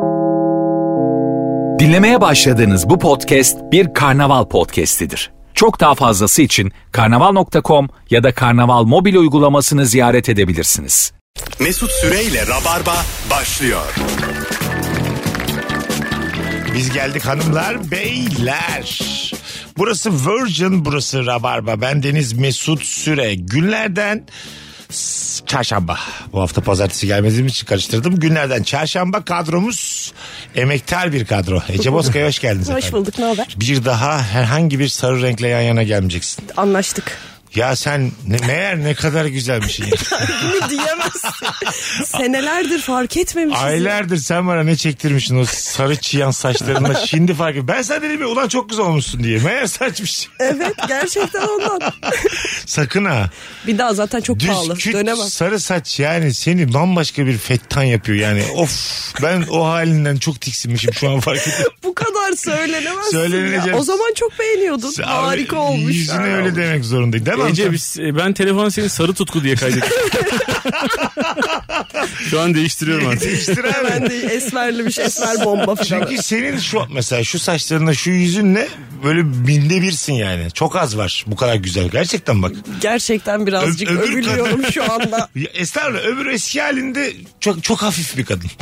Dinlemeye başladığınız bu podcast bir karnaval podcastidir. Çok daha fazlası için karnaval.com ya da karnaval mobil uygulamasını ziyaret edebilirsiniz. Mesut Süreyle Rabarba başlıyor. Biz geldik hanımlar, beyler. Burası Virgin, burası Rabarba. Ben Deniz Mesut Süre. Günlerden çarşamba. Bu hafta pazartesi gelmediğim için karıştırdım. Günlerden çarşamba, kadromuz emektar bir kadro. Ece Bozkaya hoş geldiniz efendim. Hoş bulduk, ne haber? Bir daha herhangi bir sarı renkle yan yana gelmeyeceksin. Anlaştık. Ya sen meğer ne kadar güzelmişsin. Bunu diyemezsin. Senelerdir fark etmemişiz. Aylardır sen bana ne çektirmişsin o sarı çiyan saçlarınla, şimdi fark et. Ben sana dedim ya ulan çok güzel olmuşsun diye. Meğer saçmış. Evet, gerçekten ondan. Sakın ha. Bir daha zaten çok Düz pahalı. küt Dönemem. sarı saç yani seni bambaşka bir fettan yapıyor yani. Of, ben o halinden çok tiksinmişim şu an fark ettim. Bu kadar söylenemezsin Söylenecek. ya. O zaman çok beğeniyordun. Harika olmuş. Yüzüne öyle demek zorundayım değil mi? Ece ben telefonu senin sarı tutku diye kaydettim. Şu an değiştiriyorum artık. Değiştir abi. Ben de esmerlimiş, esmer bomba falan. Çünkü senin şu mesela şu saçlarınla şu yüzünle böyle binde birsin yani. Çok az var bu kadar güzel. Gerçekten bak. Gerçekten birazcık Öbür övülüyorum kadın- şu anda. Ya estağfurullah, öbür eski halinde çok hafif bir kadın.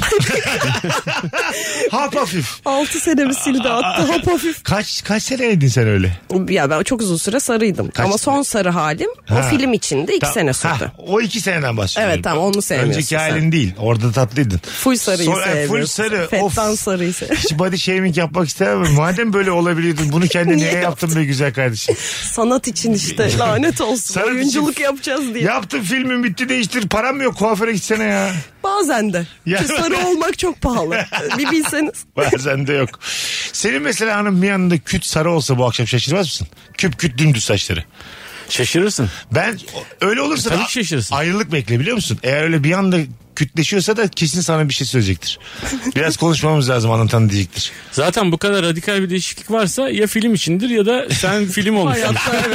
Hap hafif. 6 senemi sildi attı hop hafif. Kaç seneydin sen öyle? Ya ben çok uzun süre sarıydım. Kaç Ama sene? son sarı halim Ha. o film içinde 2 sene sürdü. Ha, o 2 seneden bahsediyorum. Evet, tamam, onu sevmiyorsun Önceki sen. halin değil. Orada tatlıydın. Full sarıyı sevmiyorsun. Full sarı. Fettan Of. sarıyı seviyorum. Hiç body shaming yapmak istemem. Madem böyle olabiliyordun bunu kendine niye yaptın be güzel kardeşim? Sanat için işte lanet olsun. Sanat Oyunculuk için- yapacağız diye. Yaptın, filmin bitti, değiştir. Param mı yok, kuaföre gitsene ya. Bazen de. Ya- Çünkü sarı olmak çok pahalı. Bir bilseniz. Bazen de yok. Senin mesela hanım bir yanında küt sarı olsa bu akşam şaşırmaz mısın? Küp küt dümdüz saçları. Şaşırırsın. Ben öyle olursa Tabii da ki şaşırırsın. ayrılık bekle biliyor musun? Eğer öyle bir anda kütleşiyorsa da kesin sana bir şey söyleyecektir. Biraz konuşmamız lazım, anlatan diyecektir. Zaten bu kadar radikal bir değişiklik varsa ya film içindir ya da sen film olmuşsun. Hayatta evet.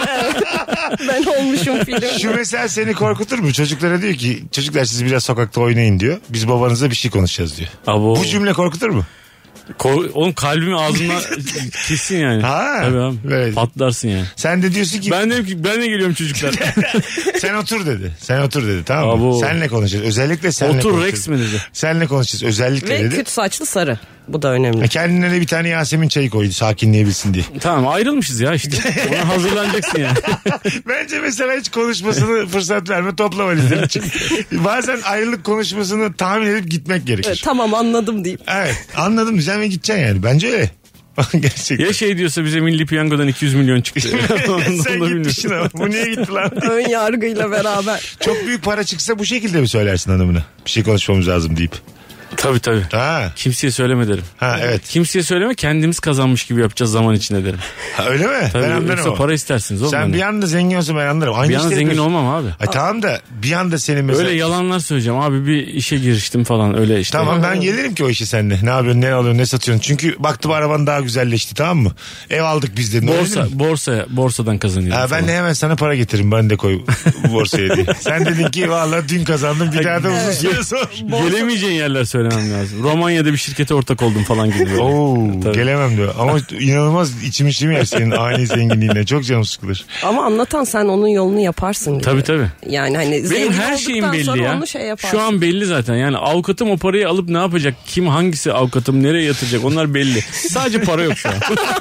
Ben olmuşum film. Şu mesela seni korkutur mu? Çocuklara diyor ki çocuklar siz biraz sokakta oynayın diyor. Biz babanızla bir şey konuşacağız diyor. Abo. Bu cümle korkutur mu? Oğlum kalbimi ağzımdan kesin yani. Ha, Tabii abi. evet. Patlarsın yani. Sen de diyorsun ki Ben de geliyorum çocuklar. sen otur dedi. Sen otur dedi, tamam mı? Abo. Senle konuşacağız. Özellikle senle Otur konuşacağız. Rex mi dedi? Senle konuşacağız özellikle Ve dedi. küt saçlı sarı. Bu da önemli. Kendine de bir tane Yasemin çayı koydu sakinleyebilsin diye. Tamam, ayrılmışız ya işte. Ona hazırlanacaksın yani. Bence mesela hiç konuşmasını fırsat verme, topla valizleri için. Bazen ayrılık konuşmasını tahmin edip gitmek gerekir. Evet, tamam anladım deyip. Evet, anladım güzel ve gideceksin yani. Bence öyle. Gerçekten. Ya şey diyorsa bize Milli Piyango'dan 200 milyon çıktı. Sen gitmişsin ama bu niye gitti lan? Ön yargıyla beraber. Çok büyük para çıksa bu şekilde mi söylersin hanımına? Bir şey konuşmamız lazım deyip. Tabii. Ha, Kimseye söyleme derim. ha evet. Kimseye söyleme, kendimiz kazanmış gibi yapacağız zaman içinde derim. Ha, öyle mi? Tabii, ben anlarım yoksa ama. para istersiniz oğlum. Sen bir anda zengin olsun ben anlarım. Aynı Bir anda işleri zengin yapıyorsun. olmam abi. Ay tamam da bir anda senin mesela. Öyle yalanlar söyleyeceğim abi, bir işe giriştim falan öyle işte. Tamam, ben gelirim ki o işe seninle. Ne yapıyorsun, ne alıyorsun, ne satıyorsun? Çünkü baktım araban daha güzelleşti, tamam mı? Ev aldık biz dedin. Borsadan kazanıyorum. Ha, ben de hemen sana para getiririm, ben de koy borsaya diye. Sen dedin ki vallahi dün kazandım, bir daha da uzun süre sor. Gelemeyeceğin yerler söylemem lazım. Romanya'da bir şirkete ortak oldum falan gibi böyle. Oo, Tabii. gelemem diyor. Ama inanılmaz içim içim yer senin ani zenginliğine. Çok canım sıkılır. Ama anlatan sen onun yolunu yaparsın gibi. Tabii. Yani hani Benim zengin her şeyim olduktan belli sonra ya. onu şey yaparsın. Şu an belli zaten. Yani avukatım o parayı alıp ne yapacak? Kim, hangisi avukatım, nereye yatıracak? Onlar belli. Sadece para yok şu an.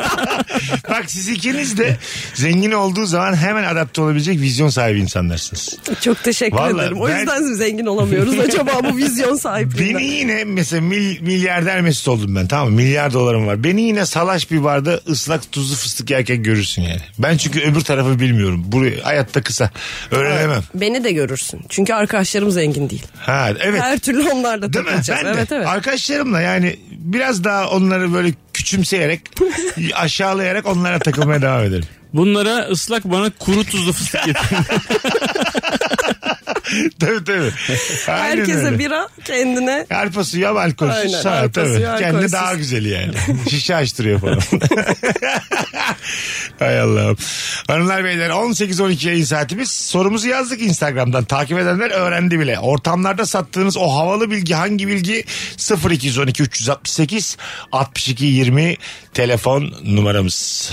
Bak siz ikiniz de zengin olduğu zaman hemen adapte olabilecek vizyon sahibi insanlarsınız. Çok teşekkür Vallahi ederim. O ben- yüzden zengin olamıyoruz acaba bu vizyon sahipliğinden. Beni yine mesela milyarder Mesut oldum ben, tamam mı? Milyar dolarım var. Beni yine salaş bir barda ıslak tuzlu fıstık yerken görürsün yani. Ben çünkü öbür tarafı bilmiyorum. Burayı hayatta kısa. Öğrenemem. Beni de görürsün. Çünkü arkadaşlarım zengin değil. Ha evet. Her türlü onlarla Değil mi? takılacağız. Ben de. Evet. Arkadaşlarımla yani biraz daha onları böyle küçümseyerek, aşağılayarak onlara takılmaya devam ederim. Bunlara ıslak, bana kuru tuzlu fıstık getirin. Tabii. Aynen Herkese öyle. bira, kendine. Arpa suyu ama alkolsüz. Aynen, Ha, arpa tabii. suyu, Kendi alkolsüz. daha güzeli yani. Şişe açtırıyor falan. Hay Allah'ım. Hanımlar beyler 18-12 yayın saatimiz. Sorumuzu yazdık Instagram'dan. Takip edenler öğrendi bile. Ortamlarda sattığınız o havalı bilgi hangi bilgi? 0212 368 62 20 telefon numaramız.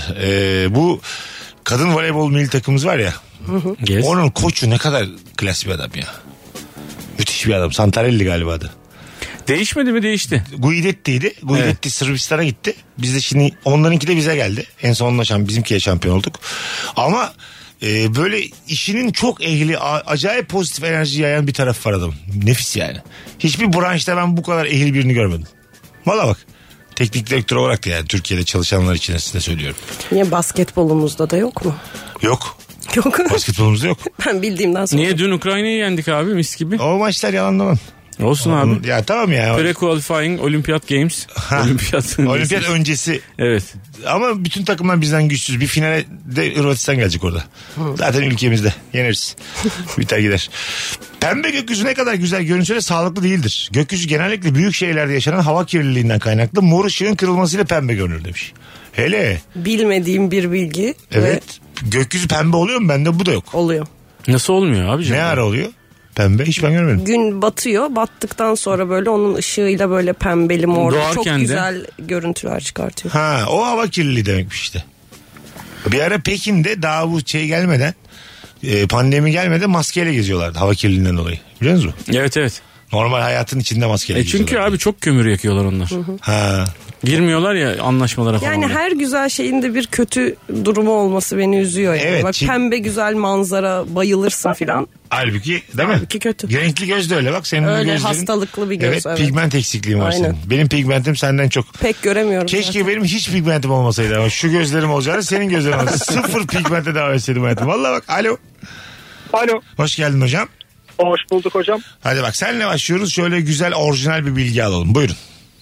Bu kadın voleybol milli takımımız var ya. Yes. Onun koçu ne kadar klas bir adam ya. Müthiş bir adam. Santarelli galiba adı. Değişmedi mi? Değişti. Guidetti'ydi. Guidetti Sırbistan'a gitti. Biz de şimdi onlarınki de bize geldi. En son bizimkiye şampiyon olduk. Ama böyle işinin çok ehli, acayip pozitif enerji yayan bir taraf var adamın. Nefis yani. Hiçbir branşta ben bu kadar ehil birini görmedim. Valla bak. Teknik direktör olarak da yani Türkiye'de çalışanlar için size söylüyorum. Niye basketbolumuzda da yok mu? Yok. Yok. Basketbolumuzda yok. Ben bildiğimden sonra. Niye dün Ukrayna'yı yendik abi mis gibi? O maçlar yalanlaman. Olsun abi. Ya tamam ya. Pre-qualifying Olimpiyat Games. Olimpiyat öncesi. Evet. Ama bütün takımlar bizden güçsüz. Bir finale de Hırvatistan gelecek orada. Zaten ülkemizde. Yeneriz. Biter gider. Pembe gökyüzü ne kadar güzel görünse de sağlıklı değildir. Gökyüzü genellikle büyük şehirlerde yaşanan hava kirliliğinden kaynaklı. Mor ışığın kırılmasıyla pembe görünür demiş. Hele. Bilmediğim bir bilgi. Evet. Gökyüzü pembe oluyor mu? Bende bu da yok. Oluyor. Nasıl olmuyor abicim? Ne ara oluyor? Pembe hiç ben görmedim. Gün batıyor. Battıktan sonra böyle onun ışığıyla böyle pembeli morlu çok Doğarken de. güzel görüntüler çıkartıyor. Ha, o hava kirliliği demekmiş işte. Bir ara Pekin'de daha bu şey gelmeden pandemi gelmeden maskeyle geziyorlardı hava kirliliğinden dolayı. Biliyor musunuz? Evet. Normal hayatın içinde maskeyle geziyorlar. Çünkü abi çok kömür yakıyorlar onlar. Ha. Girmiyorlar ya anlaşmalara falan. Yani her güzel şeyin de bir kötü durumu olması beni üzüyor. Yani. Evet, Bak pembe güzel manzara bayılırsın filan. Halbuki değil mi? Halbuki kötü. Renkli göz de öyle bak. Senin Öyle gözlerin, hastalıklı bir göz. Evet, Evet. pigment eksikliğim var Aynen. senin. Benim pigmentim senden çok. Pek göremiyorum. Keşke zaten. benim hiç pigmentim olmasaydı ama şu gözlerim olacağını senin gözlerin olsaydı. Sıfır pigmente devam etseydim hayatım. Valla bak alo. Alo. Hoş geldin hocam. Hoş bulduk hocam. Hadi bak senle başlıyoruz. Şöyle güzel orijinal bir bilgi alalım. Buyurun.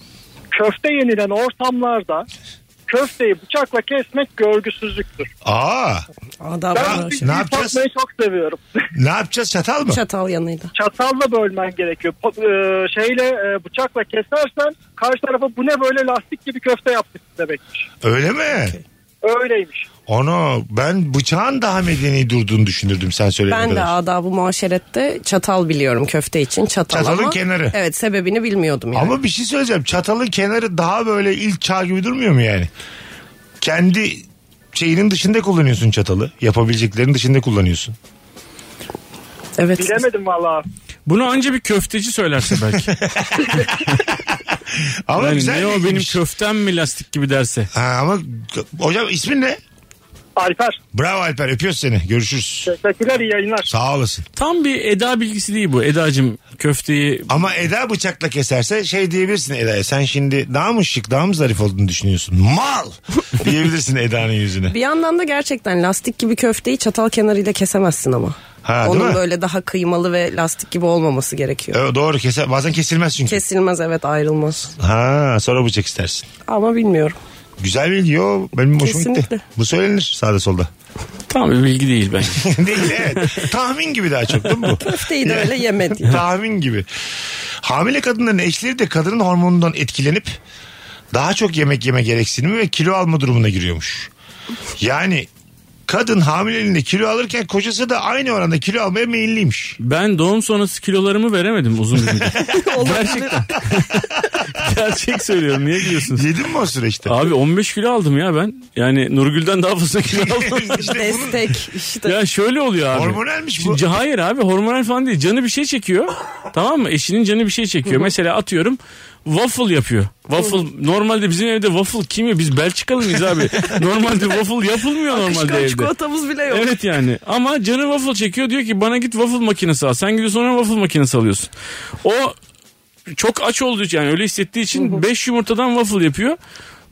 Köfte yenilen ortamlarda köfteyi bıçakla kesmek görgüsüzlük. Aa, Ada Ben var. bir Ne yapacağız? tatmayı çok seviyorum. ne yapacağız? Çatal mı? Çatal yanıyla. Çatalla bölmen gerekiyor. Bıçakla kesersen karşı tarafa bu ne böyle lastik gibi köfte yapmışsın demekmiş. Öyle mi? Öyleymiş. Onu ben bıçağın daha medeni durduğunu düşünürdüm sen söylediğin Ben de kadar. adab-ı muaşerette çatal biliyorum köfte için çatal Çatalın ama. kenarı. Evet sebebini bilmiyordum yani. Ama bir şey söyleyeceğim. Çatalın kenarı daha böyle ilk çağ gibi durmuyor mu yani? Kendi şeyinin dışında kullanıyorsun çatalı. Yapabileceklerin dışında kullanıyorsun. Evet. Bilemedim valla. Bunu anca bir köfteci söylerse belki. Ama Yani güzel ne o benim bilgiymiş. köftem mi lastik gibi derse. Ha, ama hocam ismin ne? Alper. Bravo Alper, öpüyoruz seni. Görüşürüz. Teşekkürler, iyi yayınlar. Sağ olasın. Tam bir Eda bilgisi değil bu. Edacığım köfteyi... Ama Eda bıçakla keserse şey diyebilirsin Eda'ya. Sen şimdi daha mı şık, daha mı zarif olduğunu düşünüyorsun? Mal! Diyebilirsin Eda'nın yüzüne. Bir yandan da gerçekten lastik gibi köfteyi çatal kenarıyla kesemezsin ama. Ha, değil Onun mi? böyle daha kıymalı ve lastik gibi olmaması gerekiyor. Doğru, bazen kesilmez çünkü. Kesilmez, evet, ayrılmaz. Ha, sonra bıçak istersin. Ama bilmiyorum. Güzel bilgi o. Benim hoşuma gitti. Kesinlikle. Bu söylenir sağda solda. Tam bir bilgi değil bence. Değil, evet. Tahmin gibi daha çok değil mi bu? Köfteyi de öyle yemedi. Tahmin gibi. Hamile kadınların eşleri de kadının hormonundan etkilenip daha çok yemek yeme gereksinimi ve kilo alma durumuna giriyormuş. Yani kadın hamileliğinde kilo alırken kocası da aynı oranda kilo almaya meyilliymiş. Ben doğum sonrası kilolarımı veremedim uzun bir müddet. Gerçekten. Gerçek söylüyorum. Niye gülüyorsunuz? Yedin mi o süreçte? Abi 15 kilo aldım ya ben. Yani Nurgül'den daha fazla kilo aldım. İşte bunun Destek işte. Ya şöyle oluyor abi. hormonalmiş bu. Şimdi, hayır abi hormonal falan değil. Canı bir şey çekiyor. Tamam mı? Eşinin canı bir şey çekiyor. Mesela atıyorum waffle yapıyor. Waffle normalde bizim evde waffle kim ya? Biz Belçikalı mıyız abi? Normalde waffle yapılmıyor normalde Akışkan evde. çikolatamız bile yok. Evet yani. Ama canı waffle çekiyor. Diyor ki bana git waffle makinesi al. Sen gidiyorsun sonra waffle makinesi alıyorsun. O çok aç olduğu için yani öyle hissettiği için 5 yumurtadan waffle yapıyor.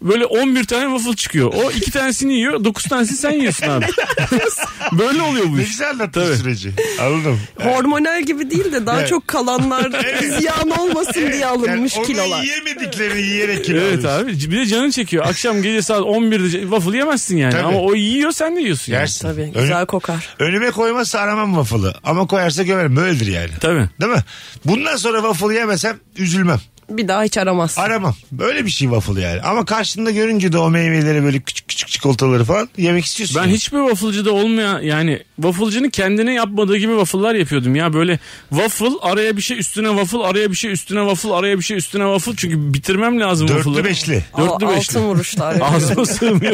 böyle 11 tane waffle çıkıyor. O 2 tanesini yiyor, 9 tanesini sen yiyorsun abi. Böyle oluyor bu Ne iş. güzel anlattın Tabii. süreci. Anladım. Hormonal gibi değil de daha Evet. çok kalanlar ziyan olmasın diye alınmış yani kilolar. Onu yiyemediklerini yiyerek kilo Evet alıyorsun. abi, bir de canın çekiyor. Akşam gece saat 11'de waffle yemezsin yani. Tabii. Ama o yiyor, sen de yiyorsun yani. Yersin. Tabii güzel kokar. Önüme koymazsa aramam waffle'ı. Ama koyarsa gömerim. Böyledir yani. Tabii. Değil mi? Bundan sonra waffle yemesem üzülmem. Bir daha hiç aramazsın. Aramam. Böyle bir şey waffle yani. Ama karşında görünce de o meyveleri böyle küçük küçük çikolataları falan yemek istiyorsun. Ben yani. hiçbir waffle'cıda olmayan, yani waffle'cının kendine yapmadığı gibi waffle'lar yapıyordum ya. Böyle waffle araya bir şey üstüne waffle, araya bir şey üstüne waffle, araya bir şey üstüne waffle. Çünkü bitirmem lazım waffle'ları. Dörtlü beşli. Dörtlü beşli. Altın vuruşlar. Ağzıma sığmıyor.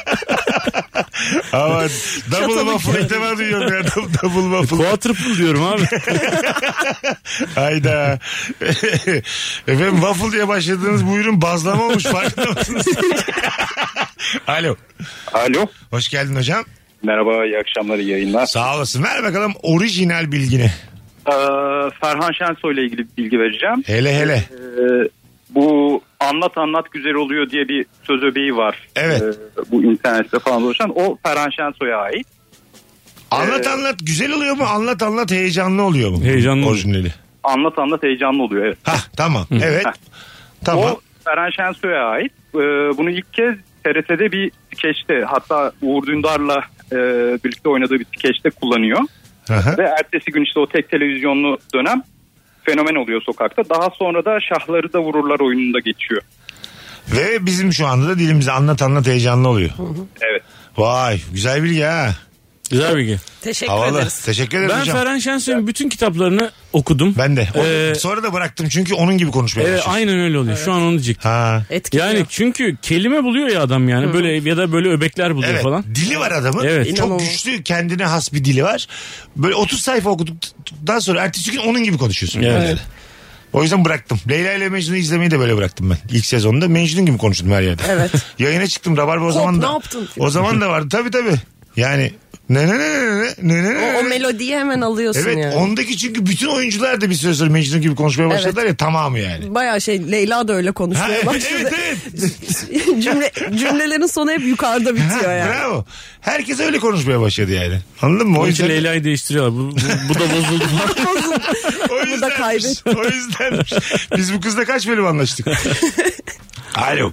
Ama double Çatalı waffle ilk defa duyuyorum ya. Double waffle. Quadruple diyorum abi. Hayda. Efendim waffle diye başladığınız bu ürün bazlama olmuş, farkında mısınız? Alo. Alo. Hoş geldin hocam. Merhaba, iyi akşamlar, iyi yayınlar. Sağ olasın. Ver bakalım orijinal bilgini. Ferhan Şensoy ile ilgili bir bilgi vereceğim. Hele. Bu anlat güzel oluyor diye bir söz öbeği var. Evet. Bu internette falan dolaşan. O Ferhan Şensoy'a ait. Anlat güzel oluyor mu? Anlat heyecanlı oluyor mu? Heyecanlı orijinali. Anlat heyecanlı oluyor, evet. Hah tamam. Evet. Tamam. O Ferhan Şensoy'a ait. Bunu ilk kez TRT'de bir skeçte, hatta Uğur Dündar'la birlikte oynadığı bir skeçte kullanıyor. Aha. Ve ertesi gün işte o tek televizyonlu dönem fenomen oluyor sokakta. Daha sonra da Şahları da Vururlar oyununda geçiyor. Ve bizim şu anda da dilimizde anlat heyecanlı oluyor. Evet. Vay güzel bilgi ha. Güzel bilgi. Teşekkür Havalı. ederiz. Teşekkür ederim Ben hocam. Ferhan Şensoy'un bütün kitaplarını okudum. Ben de. Sonra da bıraktım çünkü onun gibi konuşmaya Evet, başladım. aynen öyle oluyor. Şu an onu diyecektim. Ha. Etkiliyor. Yani çünkü kelime buluyor ya adam yani. Böyle ya da böyle öbekler buluyor Evet. falan. Dili var adamın. Evet. Çok İnanılmaz. güçlü, kendine has bir dili var. Böyle 30 sayfa okuduktan sonra ertesi gün onun gibi konuşuyorsun. Evet. Yani. O yüzden bıraktım. Leyla ile Mecnun'u izlemeyi de böyle bıraktım ben. İlk sezonda Mecnun gibi konuştum her yerde. Evet. Yayına çıktım. Rabarba o zaman da. ne yaptın? O zaman da vardı. Tabii. Yani ne. O melodiyi hemen alıyorsun Evet, yani. ondaki çünkü bütün oyuncular da bir süre sonra Mecnun gibi konuşmaya başladılar ya, tamamı yani. Bayağı Leyla da öyle Ha, konuşmaya evet, başladı. evet. Cümlelerin sonu hep yukarıda bitiyor yani. Bravo. Herkes öyle konuşmaya başladı yani. Anladın mı? Onun için Leyla'yı değiştiriyorlar. Bu da bozuldu falan. O Bu da kaybetti. O yüzdenmiş. Biz bu kızla kaç bölüm anlaştık? Alo.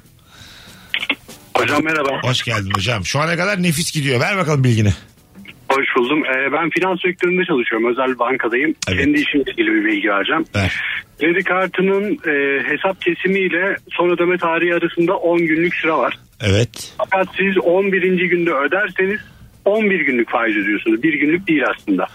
Hocam merhaba. Hoş geldin hocam. Şu ana kadar nefis gidiyor. Ver bakalım bilgini. Hoş buldum. Ben finans sektöründe çalışıyorum. Özel bir bankadayım. Evet. Kendi işimle ilgili bir bilgi vereceğim. Ver. Kredi kartının hesap kesimiyle son ödeme tarihi arasında 10 günlük süre var. Evet. Fakat siz 11. günde öderseniz 11 günlük faiz ödüyorsunuz. Bir günlük değil aslında.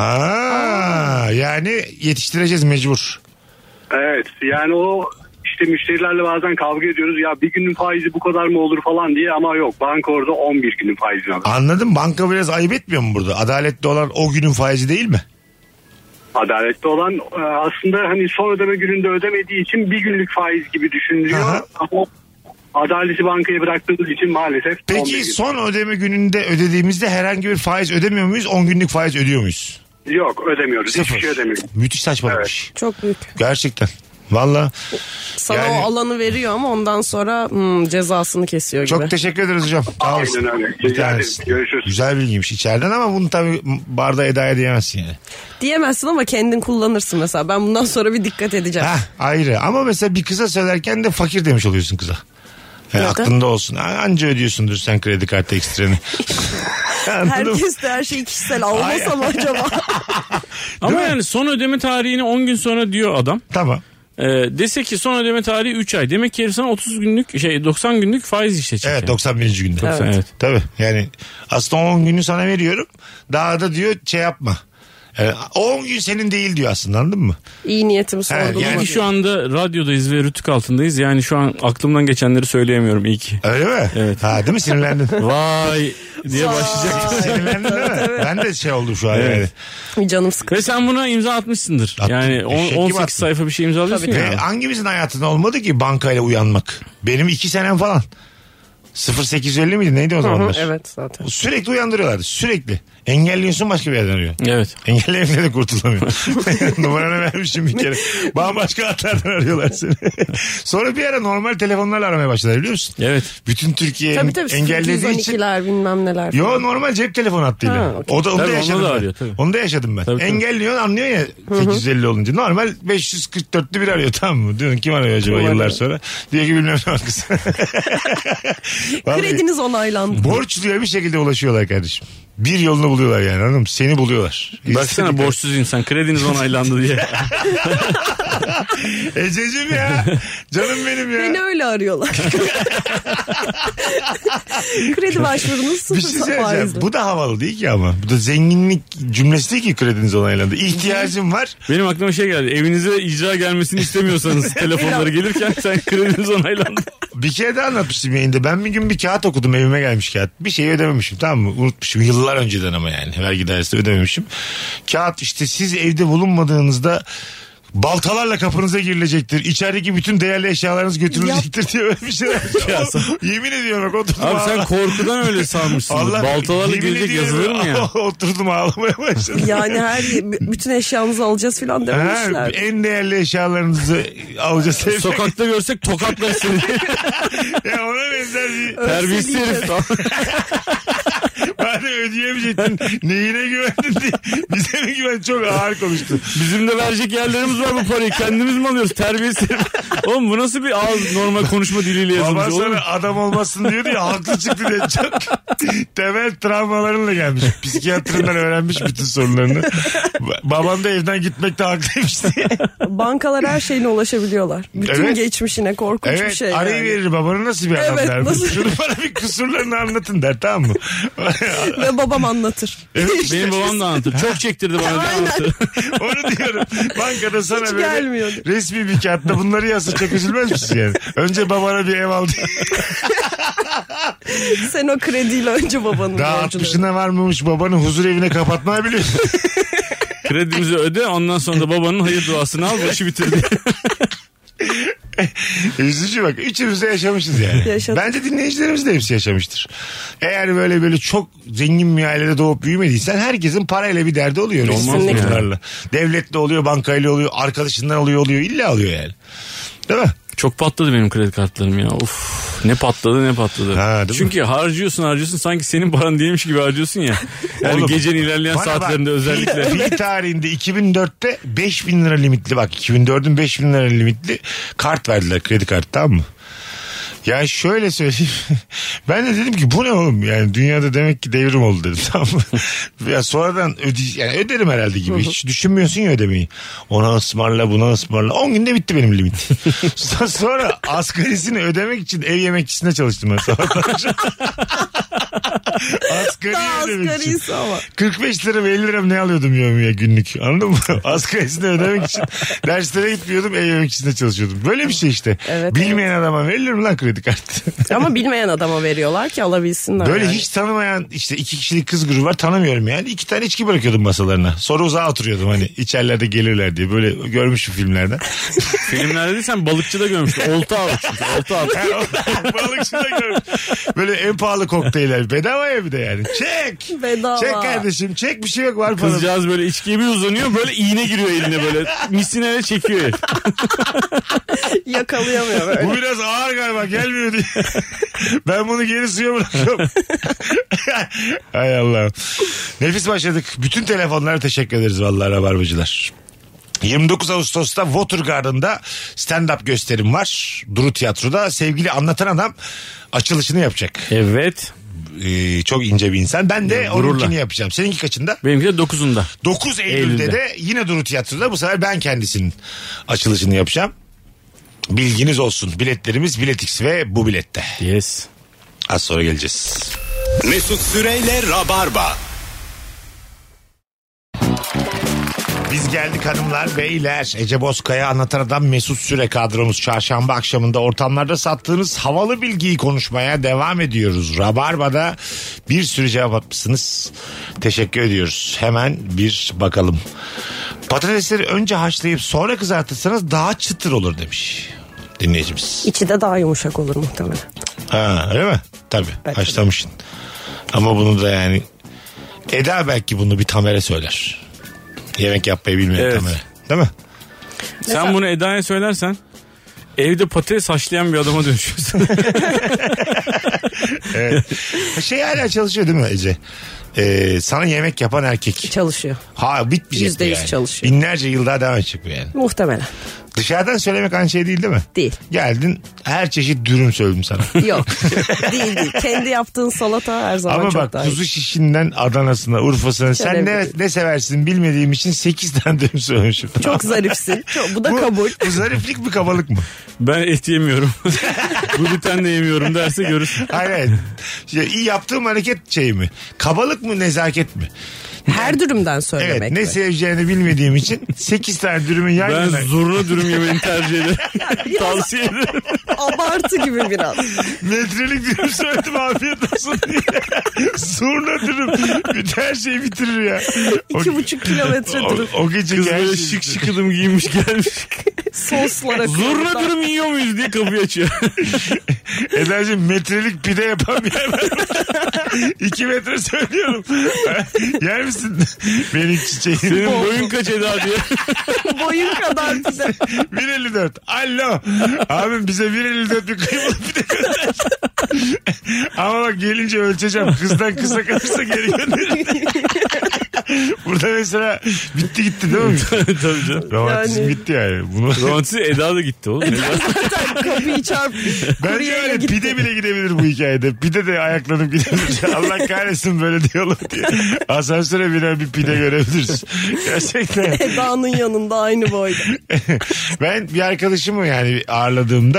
Ha, yani yetiştireceğiz mecbur. Evet, yani o işte müşterilerle bazen kavga ediyoruz. Ya bir günün faizi bu kadar mı olur falan diye, ama yok. Banka orada 11 günün faizini alıyor. Anladım. Banka biraz ayıp etmiyor mu burada? Adaletli olan o günün faizi değil mi? Adaletli olan aslında hani son ödeme gününde ödemediği için bir günlük faiz gibi düşünülüyor. Aha. Ama adaleti bankaya bıraktığımız için maalesef 11 Peki gün. son ödeme gününde ödediğimizde herhangi bir faiz ödemiyor muyuz? 10 günlük faiz ödüyor muyuz? Yok, ödemiyoruz. Sıfır. Hiçbir şey ödemiyoruz. Müthiş saçmalamış. Çok büyük. Gerçekten. Valla. Sana Yani- o alanı veriyor ama ondan sonra cezasını kesiyor gibi. Çok teşekkür ederiz hocam. Sağ olasın. Aynen öyle. Bir Rica ederim. tanesi. Görüşürüz. Güzel bilgiymiş içeriden ama bunu tabii barda Eda'ya diyemezsin yani. Diyemezsin ama kendin kullanırsın mesela. Ben bundan sonra bir dikkat edeceğim. Hah, ayrı ama mesela bir kıza söylerken de fakir demiş oluyorsun kıza. Yani Neden? aklında olsun. Anca ödüyorsundur sen kredi kartı ekstreni. Anladın mı? Herkes de her şeyi kişisel almasa mı acaba? Ama yani son ödeme tarihini 10 gün sonra diyor adam. Tamam. Dese ki son ödeme tarihi 3 ay. Demek ki herif sana 30 günlük 90 günlük faiz işte çekiyor. Evet 91. günde. Evet. Tabii yani aslında 10 günü sana veriyorum. Daha da diyor şey yapma. Yani o 10 gün senin değil diyor aslında, anladın mı? İyi niyetimi yani sorgulamadım. Ki şu anda radyodayız ve rütük altındayız. Yani şu an aklımdan geçenleri söyleyemiyorum iyi ki. Öyle mi? Evet. Ha, değil mi, sinirlendin? Vay diye başlayacak. Sinirlendin değil mi? Ben de şey oldum şu an Evet. yani. Canım sıkıldı. Ve sen buna imza atmışsındır. Attım. Yani Eşek gibi 18 attım. sayfa bir şey imzalıyorsun Tabii. ya. Ve hangimizin hayatında olmadı ki bankayla uyanmak? Benim 2 senem falan. 0850 miydi neydi o zamanlar? Evet zaten. Sürekli uyandırıyorlardı, sürekli. Engelliyorsun, başka bir yerden arıyor. Evet. Engelleyemle de kurtulamıyor. Numaranı vermişim bir kere. Bambaşka hatlardan arıyorlar seni. Sonra bir ara normal telefonlarla aramaya başladılar, biliyor musun? Evet. Bütün Türkiye Tabii engellediği için. 212'ler bilmem neler. Yo, normal cep telefonu hattıyla. Ha, okay. Onu da Tabii, yaşadım onu da ben. arıyor, tabii. Onu da yaşadım ben. Tabii. Engelliyorsun, anlıyor ya 850 olunca. Normal 544'lü bir arıyor, tamam mı? Diyorsun kim arıyor acaba yıllar sonra? Diyor ki bilmem ne bankası. Krediniz onaylandı. Borçluya bir şekilde ulaşıyorlar kardeşim. Bir yolunu buluyorlar yani, anladın mı? Seni buluyorlar. Baksana borçsuz insan, krediniz onaylandı diye. Ececiğim ya. Canım benim ya. Beni öyle arıyorlar. Kredi başvurunuz Bir şey sıfır söyleyeceğim. faizli. Bu da havalı değil ki ama. Bu da zenginlik cümlesi değil ki krediniz onaylandı. İhtiyacım var. Benim aklıma şey geldi. Evinize icra gelmesini istemiyorsanız telefonları gelirken sen krediniz onaylandı. Bir kere de anlatmıştım yayında. Ben bir gün bir kağıt okudum, evime gelmiş kağıt. Bir şey ödememişim, tamam mı? Unutmuşum yıllar önceden ama yani. Vergi dairesi ödememişim. Kağıt işte siz evde bulunmadığınızda baltalarla kapınıza girilecektir. İçerideki bütün değerli eşyalarınız götürülecektir diye öyle bir şeyler. Yemin ediyorum bak, oturdum. Abi sen korkudan öyle sanmışsın. Baltalarla yemin gelecek ediyorum, yazılır mı ya? Oturdum ağlamaya başladım. Yani bütün eşyanızı alacağız falan dememişler. En değerli eşyalarınızı alacağız. Sokakta görsek tokatlarız seni. Ya ona benzer bir... Terbiyesiz herif. Bari ödeyemeyecektin. Neyine güvendin diye. Bize mi güven? Çok ağır konuştu. Bizim de verecek yerlerimiz var, bu parayı kendimiz mi alıyoruz? Terbiyesiz herif. Oğlum bu nasıl bir ağız normal konuşma diliyle yazılmış? Baba sana adam olmasın diyordu ya, haklı çıktı diye. Çok temel travmalarınla gelmiş. Psikiyatrinden öğrenmiş bütün sorunlarını. Baban da evden gitmekte haklıymış diye. Bankalar her şeyine ulaşabiliyorlar. Bütün Evet. geçmişine korkunç bir şey. Arayı yani. verir babana, nasıl bir adam Evet, der. nasıl? Şunu bana bir kusurlarını anlatın der, tamam mı? Ve babam anlatır. Evet, işte. Benim babam da anlatır. Çok çektirdi bana da anlatır. Onu diyorum. Bankada sana Hiç böyle gelmiyordu. resmi bir kağıtta bunları yazsa çok üzülmez misin yani? Önce babana bir ev al diye. Sen o krediyle önce babanın Daha borcunu 60'ına varmamış babanı huzur evine kapatmayı biliyorsun. Kredimizi öde, ondan sonra da babanın hayır duasını al, başı bitirdi. Üzücü bak. Üçümüz de yaşamışız yani. Yaşadık. Bence dinleyicilerimiz de hepsi yaşamıştır. Eğer böyle çok zengin bir ailede doğup büyümediysen herkesin parayla bir derdi oluyor. Olmaz Resim mı bunlarla. Devletle oluyor, bankayla oluyor, arkadaşından oluyor. İlla oluyor yani. Değil mi? Çok patladı benim kredi kartlarım ya. Uf, ne patladı. Ha, değil mi? Çünkü harcıyorsun sanki senin paran değilmiş gibi harcıyorsun ya. Yani Oğlum, gecenin ilerleyen bana saatlerinde bak, özellikle. Pi tarihinde 2004'te 5.000 lira limitli, bak 2004'ün 5.000 lira limitli kart verdiler, kredi kartı, tamam mı? Ya şöyle söyleyeyim. Ben de dedim ki bu ne oğlum? Yani dünyada demek ki devrim oldu dedim, tamam mı? Ya sonradan yani öderim herhalde gibi. Hiç düşünmüyorsun ya ödemeyi. Ona ısmarla, buna ısmarla. 10 günde bitti benim limit. Sonra asgarisini ödemek için ev yemekçisine çalıştım ben sabahtan akşam. Daha asgarisi ama. 45 lira 50 lira ne alıyordum ya günlük, anladın mı? Asgarisini ödemek için derslere gitmiyordum, ev yemekçisine çalışıyordum. Böyle bir şey işte. Evet, bilmeyen adama verilir mi lan kredi kartı? Ama bilmeyen adama veriyorlar ki alabilsinler. Böyle yani. hiç tanımayan işte 2 kişilik kız grubu var, tanımıyorum yani. 2 tane içki bırakıyordum masalarına. Sonra uzağa oturuyordum hani içerler de gelirler diye. Böyle görmüşüm filmlerden. Filmlerde değil, sen balıkçıda görmüştün. Olta av çünkü. Olta av. Balıkçıda görmüş. Böyle en pahalı kokteyller. Bedava ya bir de yani. Çek. Bedava. Çek kardeşim. Çek, bir şey yok, var para. Kızcağız böyle içkiye bir uzanıyor, böyle iğne giriyor eline böyle. Misineyle çekiyor herif. Yakalayamıyor böyle. Bu biraz ağır galiba, gelmiyor diye. Ben bunu geri suya bırakıyorum. Hay Allah. Nefis başladık. Bütün telefonlara teşekkür ederiz vallahi rabarbacılar. 29 Ağustos'ta Watergarden'da stand-up gösterim var. Duru Tiyatro'da sevgili Anlatan Adam açılışını yapacak. Evet. Çok ince bir insan. Ben de Gururla. onunkini yapacağım. Seninki kaçında? Benimki de 9'unda. 9 Eylül'de de yine Duru Tiyatro'da, bu sefer ben kendisinin açılışını yapacağım. Bilginiz olsun. Biletlerimiz Biletix ve bu bilette. Yes. Az sonra geleceğiz. Mesut Süreyle Rabarba. Biz geldik hanımlar beyler. Ece Bozkaya, Anlatan Adam, Mesut Süre kadromuz. Çarşamba akşamında ortamlarda sattığınız havalı bilgiyi konuşmaya devam ediyoruz. Rabarba'da bir sürü cevap atmışsınız. Teşekkür ediyoruz. Hemen bir bakalım. Patatesleri önce haşlayıp sonra kızartırsanız daha çıtır olur demiş dinleyicimiz. İçi de daha yumuşak olur muhtemelen. Ha, öyle mi? Tabii. Evet, Haşlamışsın. Ama bunu da yani Eda belki bunu bir Tamer'e söyler. Yemek yapmayı bilmeyen Evet. Tamer'e. Değil mi? Sen bunu Eda'ya söylersen evde patates haşlayan bir adama dönüşüyorsun. Evet. Şey hala çalışıyor değil mi Ece? Sana yemek yapan erkek. Çalışıyor. Ha bitmeyecek bu %100 yani. çalışıyor. Binlerce yıl daha devam edecek bu yani. Muhtemelen. Dışarıdan söylemek aynı şey değil mi? Değil. Geldin her çeşit dürüm söyledim sana. Yok. değil. Kendi yaptığın salata her zaman Ama çok bak daha iyi. kuzu şişinden Adana'sına, Urfa'sına sen Şöyle ne seversin bilmediğim için 8 tane dürüm söylemişim. Çok zarifsin. Bu da kabul. Bu zariflik mi kabalık mı? Ben et yemiyorum. Gluten de yemiyorum derse görürsün. Hayır. İyi yaptığım hareket şey mi? Kabalık mı nezaket mi? Her dürümden söylemek. Evet ne mi? seveceğini bilmediğim için 8 tane dürümün yan yana. Ben zurna dürüm yemeni tercih ederim. Tavsiye ederim. Abartı gibi biraz. Metrelik dürüm söyledim afiyet olsun diye. Zurna dürüm. Her şeyi bitirir ya. 2,5 kilometre dürüm. O gece Kız her böyle şey şık bitirir. şıkıdım giymiş gelmiş. Soslara Zurna koyuyorlar. dürüm yiyor muyuz diye kapıyı açıyor. Eda'cığım metrelik pide yapan bir yer var. 2 metre söylüyorum. Yer misin? Benim çiçeğim. Senin boyun kaç Eda diye. Boyun kadar pide. 1.54. Alo. Abim bize 1.54 bir kıymalı pide gönder. Ama bak gelince ölçeceğim. Kızdan kısa kalırsa geri gönderirim. Burada mesela bitti gitti değil mi? Tabii canım. Romantizm Yani- bitti yani. Bunu... Romantizm Eda da gitti oğlum. Kapıyı çarpmış. Bence öyle pide bile gidebilir bu hikayede. Pide de ayaklanıp gidebilir. Allah kahretsin böyle diyalog diye. Asansöre binen bir pide görebiliriz. Gerçekten. Eda'nın yanında aynı boyda. Ben bir arkadaşımı yani ağırladığımda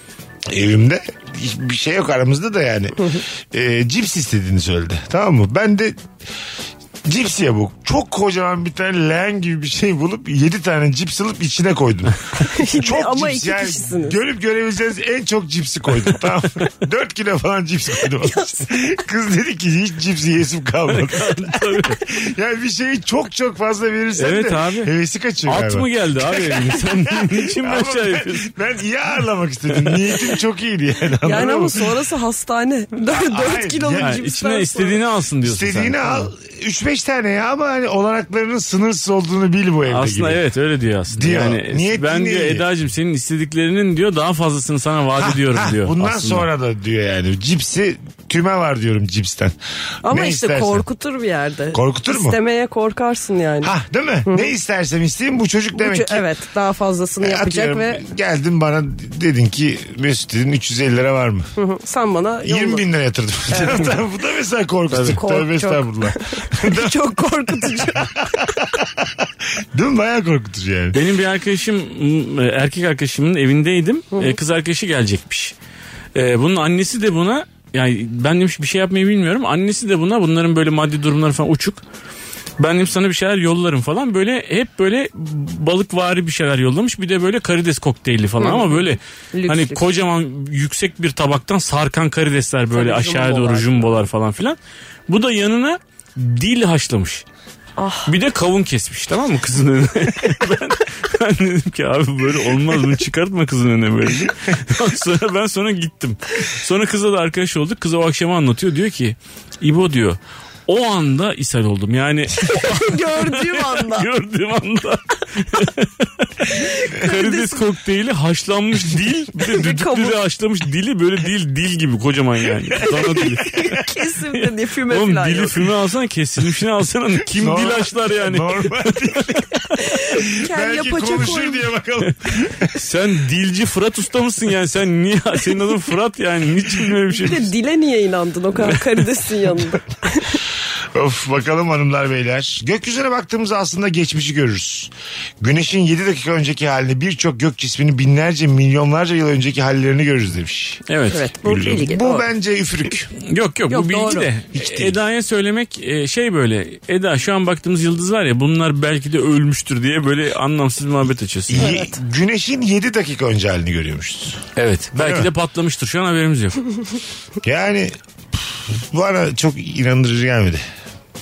evimde bir şey yok aramızda da yani. Cips istediğini söyledi. Tamam mı? Ben de cips ya bu. Çok kocaman bir tane leğen gibi bir şey bulup 7 tane cips alıp içine koydum. Çok Ama cips 2 yani. kişisiniz. Görüp görebileceğiniz en çok cipsi koydum. Tamam mı? 4 kilo falan cips koydum. Kız dedi ki hiç cips yiyesim kalmadı. Yani bir şeyi çok çok fazla verirsen Evet de abi. hevesi kaçıyor At galiba. mı geldi abi evine? Sen niçin Ama böyle şey yapıyorsun? ben iyi ağırlamak istedim. Niyetim çok iyiydi yani. Yani anladın ama mı? sonrası hastane. 4 kiloluk Yani cipsten içine sonra. istediğini alsın diyorsun İstediğini sen. al. 3-5 tane ya ama hani olanaklarının sınırsız olduğunu bil bu evde Aslında gibi. evet öyle diyor aslında. Diyor. Yani Niyet ben değil. diyor Eda'cığım senin istediklerinin diyor daha fazlasını sana vaat ediyorum diyor. Bundan aslında. sonra da diyor yani. Cipsi tüme var diyorum cipsten. Ama Ne işte istersen. korkutur bir yerde. Korkutur mu? İstemeye korkarsın yani. Ha değil mi? Ne istersem isteyeyim bu çocuk demek ki. Evet daha fazlasını yapacak atıyorum, ve geldin bana dedin ki Mesut dedin 350 lira var mı? sen bana 20 bin lira yatırdım. Bu da mesela korkutucu. Kork- Tövbe çok. estağfurullah. çok korkutucu. Değil mi? Bayağı korkutucu yani. Benim bir arkadaşım erkek arkadaşımın evindeydim. Kız arkadaşı gelecekmiş. Bunun annesi de buna yani ben demiş bir şey yapmayı bilmiyorum. Annesi de buna bunların böyle maddi durumları falan uçuk. Ben dedim sana bir şeyler yollarım falan. Böyle hep böyle balıkvari bir şeyler yollamış. Bir de böyle karides kokteyli falan ama böyle Lüks, hani lüks. kocaman yüksek bir tabaktan sarkan karidesler böyle Tabii, aşağıya jumbolar. doğru jumbolar falan filan. Bu da yanına dil haşlamış. Bir de kavun kesmiş tamam mı kızın önüne. ben dedim ki abi böyle olmaz bunu çıkartma kızın önüne böyle. sonra gittim. Sonra kızla da arkadaş olduk. Kız o akşamı anlatıyor diyor ki İbo diyor o anda ishal oldum yani Gördüğüm anda. gördüğüm anda karides kokteyli haşlanmış dil bir de düdüklü de haşlamış dili böyle dil gibi kocaman yani. Dana dili. Kesin de füme Oğlum falan dili yok. füme alsana kesilmişini alsana kim Normal- dil haşlar yani. Normal değil. Kelle Belki paça konuşur koymuş. diye bakalım. Sen dilci Fırat usta mısın yani sen niye senin adın Fırat yani niçin böyle bir şey? Bir de dile niye inandın o kadar karidesin yanında? Of bakalım hanımlar beyler. Gökyüzüne baktığımızda aslında geçmişi görürüz. Güneşin 7 dakika önceki halini birçok gök cisminin binlerce milyonlarca yıl önceki hallerini görürüz demiş. Evet. Evet bu bilgi Bu doğru. bence üfürük. Yok Yok, bu bilgi doğru. de Hiç değil. Eda'ya söylemek şey böyle Eda şu an baktığımız yıldız var ya bunlar belki de ölmüştür diye böyle anlamsız bir muhabbet açıyorsun. Güneşin 7 dakika önce halini görüyormuşuz. Evet. Belki de patlamıştır şu an haberimiz yok. Yani bana çok inandırıcı gelmedi.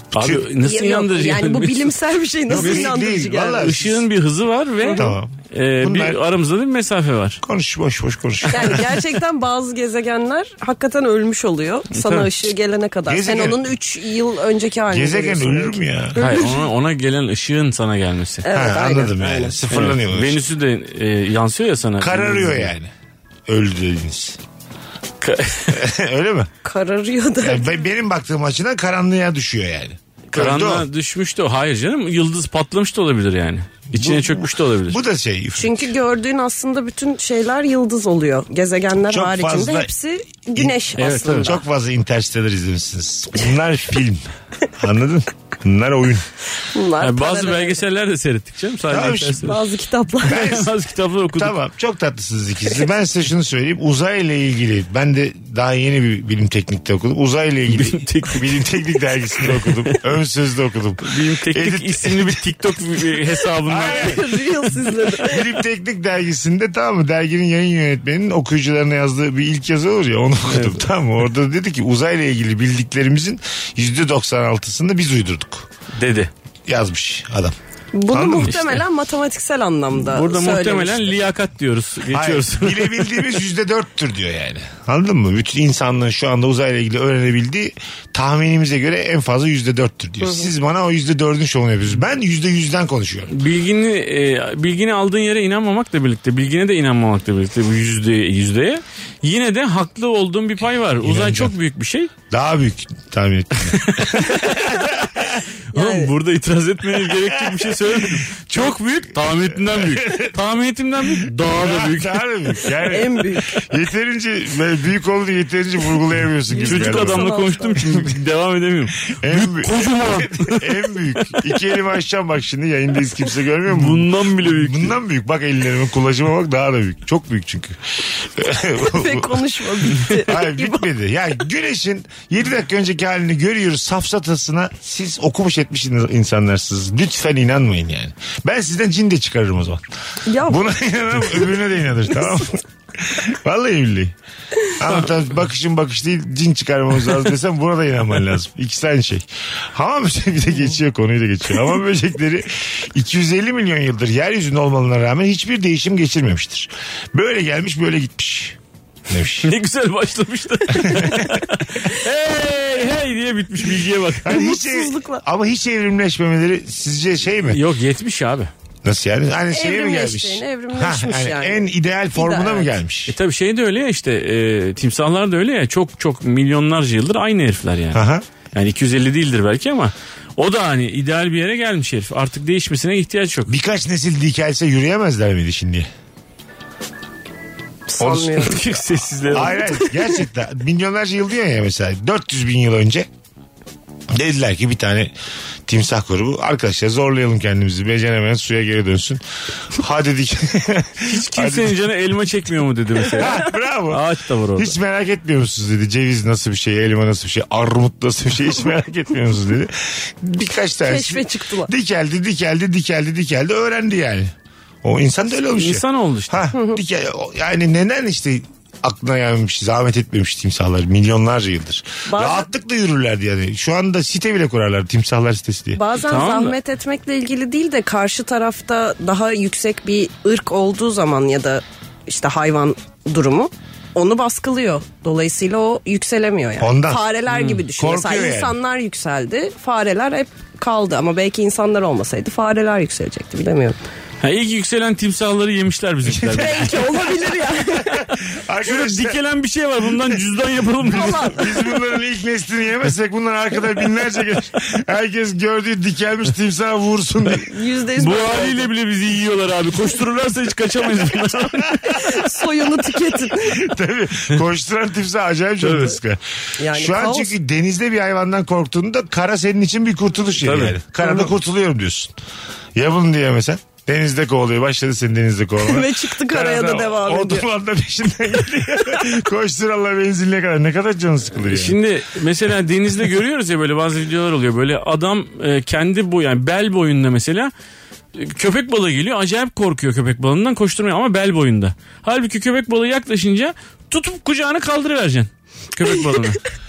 Abi nasıl Yok, inandırıcı? yani bu bilimsel bir şey, nasıl Yok, inandırıcı değil, geldi? vallahi. Işığın bir hızı var ve Tamam. bir Bunlar- aramızda da bir mesafe var. Konuş boş konuş. Yani gerçekten bazı gezegenler hakikaten ölmüş oluyor. Sana Tabii. ışığı gelene kadar. Gezegen- Sen onun 3 yıl önceki halini Gezegen görüyorsun. ölür mü ya? Hayır, ona gelen ışığın sana gelmesi. Evet, Ha, aynen, anladım yani. aynen. Sıfırlanıyor. Evet. Venüs'ü de yansıyor ya sana. Kararıyor yani. Öldü dediniz. Öyle mi? Kararıyor da. Yani benim baktığım açıdan karanlığa düşüyor yani. Öldü Karanlığa o. düşmüş de hayır canım, yıldız patlamış da olabilir yani. İçine çökmüş de olabilir. Bu da şey. Çünkü gördüğün aslında bütün şeyler yıldız oluyor. Gezegenler Çok haricinde fazla- hepsi güneş Evet, aslında. evet. Çok fazla Interstellar izlemişsiniz. Bunlar film. Anladın? Bunlar oyun. Bunlar Yani bazı paralel. belgeseller de seyrettik canım. Sadece Tamam işte. Interstellar. Bazı kitaplar. Bazı kitaplar okuduk. Tamam, çok tatlısınız ikisi de. Ben size şunu söyleyeyim. Uzayla ilgili ben de daha yeni bir bilim teknikte okudum. Uzayla ilgili bilim teknik dergisinde okudum. Ön sözde okudum. Bilim Teknik Edit- isimli bir TikTok hesabından. Reels izledim. Bilim Teknik dergisinde, tamam mı, derginin yayın yönetmeninin okuyucularına yazdığı bir ilk yazı olur ya, onu okudum. Tamam mı? Orada dedi ki uzayla ilgili bildiklerimizin %96'sını biz uydurduk. Dedi. Yazmış adam. Bunu Anladın mı? muhtemelen matematiksel anlamda Burada muhtemelen söylemiştir. liyakat diyoruz. Geçiyoruz. Hayır, bilebildiğimiz %4'tür diyor yani. Anladın mı? Bütün insanlığın şu anda uzayla ilgili öğrenebildiği tahminimize göre en fazla %4'tür diyor. Siz bana o %4'ün şovunu yapıyorsunuz. Ben %100'den konuşuyorum. Bilgini aldığın yere inanmamakla birlikte, bilgine de inanmamakla birlikte bu yüzdeye yine de haklı olduğun bir pay var. Uzay İnanacağım. çok büyük bir şey. Daha büyük tahmin ettim. Oğlum, burada itiraz etmeye gerekecek bir şey söylemedim. Çok büyük, tahmin ettiğimden büyük. Tahmin ettiğimden büyük, daha da büyük. Daha da büyük. Yani En büyük. yeterince böyle büyük olduğunu yeterince vurgulayamıyorsun. gibi Çocuk galiba. adamla konuştuğum için devam edemiyorum. En büyük. Kocaman. En büyük. İki elimi açacağım bak şimdi, yayındayız, kimse görmüyor mu? Bundan bile büyük. Bundan büyük. Bak ellerime, kulacıma bak, daha da büyük. Çok büyük çünkü. Ve konuşma bitti. Hayır, bitmedi. Ya güneşin 7 dakika önceki halini görüyoruz safsatasına, siz okumuş etmiş insanlarsınız. Lütfen inanmayın yani. Ben sizden cin de çıkarırım o zaman. Ya Buna inanırım, öbürüne de inanır, tamam mı? Vallahi billahi. Ama tabii bakışın bakış değil, cin çıkarmamız lazım desem buna da inanman lazım. İkisi aynı şey. Hamam böceği bir de geçiyor, konuyu da geçiyor. Hamam böcekleri 250 milyon yıldır yeryüzünde olmalarına rağmen hiçbir değişim geçirmemiştir. Böyle gelmiş böyle gitmiş demiş. Ne güzel başlamıştı. hey hey diye bitmiş, bilgiye bak. Hani hiç, Mutsuzlukla. ama hiç evrimleşmemeleri sizce şey mi? Yok, 70 abi. Nasıl yani? Hani şeye mi gelmiş? Evrimleşmiş Ha, yani. En ideal formuna İdeal, mı evet. gelmiş? Tabii şey de öyle ya işte, timsahlar da öyle ya, çok milyonlarca yıldır aynı herifler yani. Aha. Yani 250 değildir belki ama o da hani ideal bir yere gelmiş herif. Artık değişmesine ihtiyaç yok. Birkaç nesil dikelse yürüyemezler miydi şimdi? Sanmıyorum. Sessizliğe bak. Hayır hayır, gerçekten milyonlarca yıl diyor ya, mesela 400 bin yıl önce dediler ki bir tane timsah grubu, arkadaşlar zorlayalım kendimizi, beceremeyen suya geri dönsün. Hadi dedik. Hiç kimsenin canı elma çekmiyor mu dedi mesela. Ha, bravo. Ağaç da var orada. Hiç merak etmiyor musunuz dedi. Ceviz nasıl bir şey, elma nasıl bir şey, armut nasıl bir şey, hiç merak etmiyor musunuz dedi. Birkaç tanesi Keşfe çıktılar. dikeldi öğrendi yani. O insan da öyle olmuş ya. İnsan oldu işte. Ha, yani neden işte aklına gelmemiş, zahmet etmemiş timsahlar milyonlarca yıldır. Bazen- Rahatlıkla yürürlerdi yani. Şu anda site bile kurarlar, timsahlar sitesi diye. Bazen Tamam da- zahmet etmekle ilgili değil de karşı tarafta daha yüksek bir ırk olduğu zaman ya da işte hayvan durumu onu baskılıyor. Dolayısıyla o yükselemiyor yani. Ondan. Fareler gibi düşün. Mesela Korkuyor yani. insanlar yükseldi. Fareler hep kaldı ama belki insanlar olmasaydı fareler yükselecekti, bilemiyorum. Ha, ilk yükselen timsahları yemişler bizimkiler. Belki olabilir yani. Şurada Arkadaşlar, dikelen bir şey var, bundan cüzdan yapalım. biz bunların ilk neslini yemezsek bunlar arkada binlerce gelir. Herkes gördüğü dikelmiş timsah vursun diye. %100 Bu böyle haliyle oldu. bile bizi yiyorlar abi. Koştururlarsa hiç kaçamayız bundan. Soyunu tüketin. Tabii. Koşturan timsah acayip canını sıkar. Yani Şu an kaos. çünkü denizde bir hayvandan korktuğunda kara senin için bir kurtuluş yeri Tabii. yani. Karada kurtuluyorum diyorsun. Ya bunu diyemesen. Denizde kovalıyor. Başladı seni denizde kovalamaya. Ve çıktı karaya da devam ediyor. O dumanda peşinden geliyor. Koştur Allah benzinliğe kadar. Ne kadar canı sıkılır yani. Şimdi mesela denizde görüyoruz ya, böyle bazı videolar oluyor. Böyle adam kendi yani bel boyunda mesela köpek balığı geliyor. Acayip korkuyor köpek balığından, koşturmuyor ama bel boyunda. Halbuki köpek balığı yaklaşınca tutup kucağına kaldırıvereceksin köpek balığını.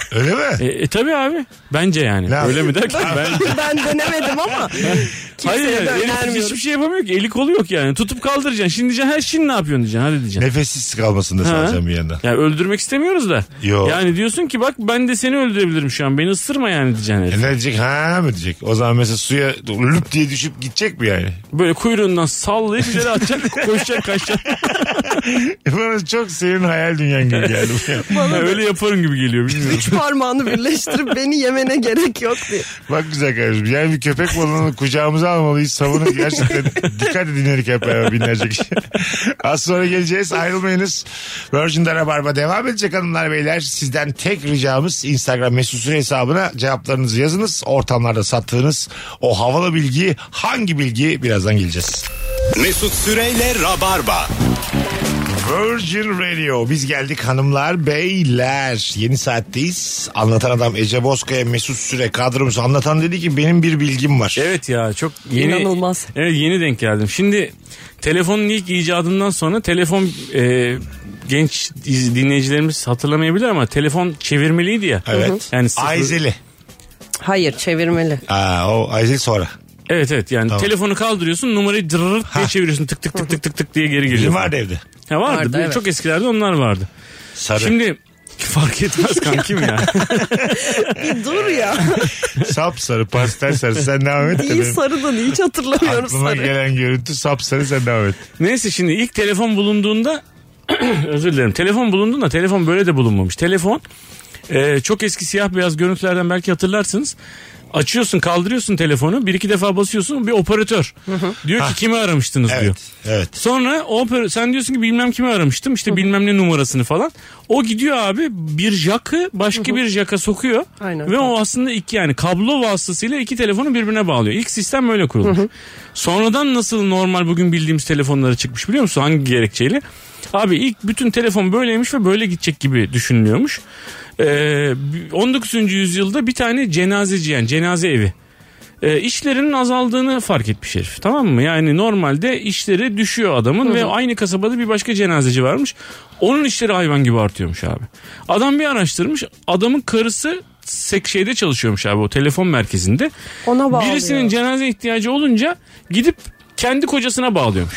Öyle mi? Tabii abi. Bence yani. Ne Öyle yapayım? mi derken bence. Ben denemedim ama Hayır kimseye de yani önermiyorum. hiçbir şey yapamıyor ki. Eli kolu yok yani. Tutup kaldıracaksın. Şimdi diyeceksin her şeyin ne yapıyorsun diyeceksin. Hadi diyeceksin. Nefessiz kalmasın da salacağım bir yandan. Yani öldürmek istemiyoruz da. Yok. Yani diyorsun ki bak ben de seni öldürebilirim şu an. Beni ısırma yani diyeceksin. herif. Ne diyecek? Ha mı diyecek? O zaman mesela suya lüp diye düşüp gidecek mi yani? Böyle kuyruğundan sallayıp üzeri atacak. Koşacak kaçacak. Bana çok senin hayal dünyan gibi geldi. Öyle yaparım gibi geliyor bilmiyorum. Üç parmağını birleştirip beni yemene gerek yok diye. Bak güzel kardeşim. Yani bir köpek balığını kucağımıza almalıyız. Savunu gerçekten dikkat dinledik hep beraber binlerce kişi. Az sonra geleceğiz. Ayrılmayınız. Virgin'de Rabarba devam edecek hanımlar beyler. Sizden tek ricamız Instagram mesut süre hesabına cevaplarınızı yazınız. Ortamlarda sattığınız o havalı bilgi hangi bilgi birazdan geleceğiz. Mesut Süreyle Rabarba. Virgin Radio. Biz geldik hanımlar beyler. Yeni saatteyiz. Anlatan adam Ece Bozkaya, Mesut Süre kadromuz. Anlatan dedi ki benim bir bilgim var. Evet ya çok yeni. İnanılmaz. Evet yeni denk geldim. Şimdi telefonun ilk icadından sonra telefon genç dinleyicilerimiz hatırlamayabilir ama telefon çevirmeliydi ya. Evet. Yani sıfır... Ayzeli. Hayır, çevirmeli. O Ayzeli sonra. Evet yani Tamam. telefonu kaldırıyorsun numarayı dırırırt diye çeviriyorsun tık tık tık tık tık tık diye geri geliyor. Bizim vardı evde. Ha, vardı. Vardı, evet. Çok eskilerde onlar vardı. Sarı. Şimdi fark etmez kankim ya. Bir dur ya. Sap sarı, pastel sarı. Sen devam et de İyi benim sarıdan hiç hatırlamıyorum aklıma sarı. gelen görüntü sap sarı, sen devam et. Neyse şimdi ilk telefon bulunduğunda özür dilerim. Telefon bulunduğunda telefon böyle de bulunmamış. Telefon çok eski siyah beyaz görüntülerden belki hatırlarsınız. Açıyorsun kaldırıyorsun telefonu bir iki defa basıyorsun bir operatör. Diyor ki kimi aramıştınız diyor. Evet. Sonra sen diyorsun ki bilmem kimi aramıştım işte bilmem ne numarasını falan. O gidiyor abi bir jakı başka bir jaka sokuyor. Aynen, ve o aslında iki yani kablo vasıtasıyla iki telefonu birbirine bağlıyor. İlk sistem böyle kurulmuş. Sonradan nasıl normal bugün bildiğimiz telefonlara çıkmış biliyor musun? Hangi gerekçeyle? Abi ilk bütün telefon böyleymiş ve böyle gidecek gibi düşünülüyormuş. 19. yüzyılda bir tane cenazeci yani cenaze evi. İşlerinin azaldığını fark etmiş herif, tamam mı? Yani normalde işleri düşüyor adamın ve aynı kasabada bir başka cenazeci varmış. Onun işleri hayvan gibi artıyormuş abi. Adam bir araştırmış, adamın karısı şeyde çalışıyormuş abi, o telefon merkezinde. Ona bağlıyor. Birisinin cenaze ihtiyacı olunca gidip kendi kocasına bağlıyormuş.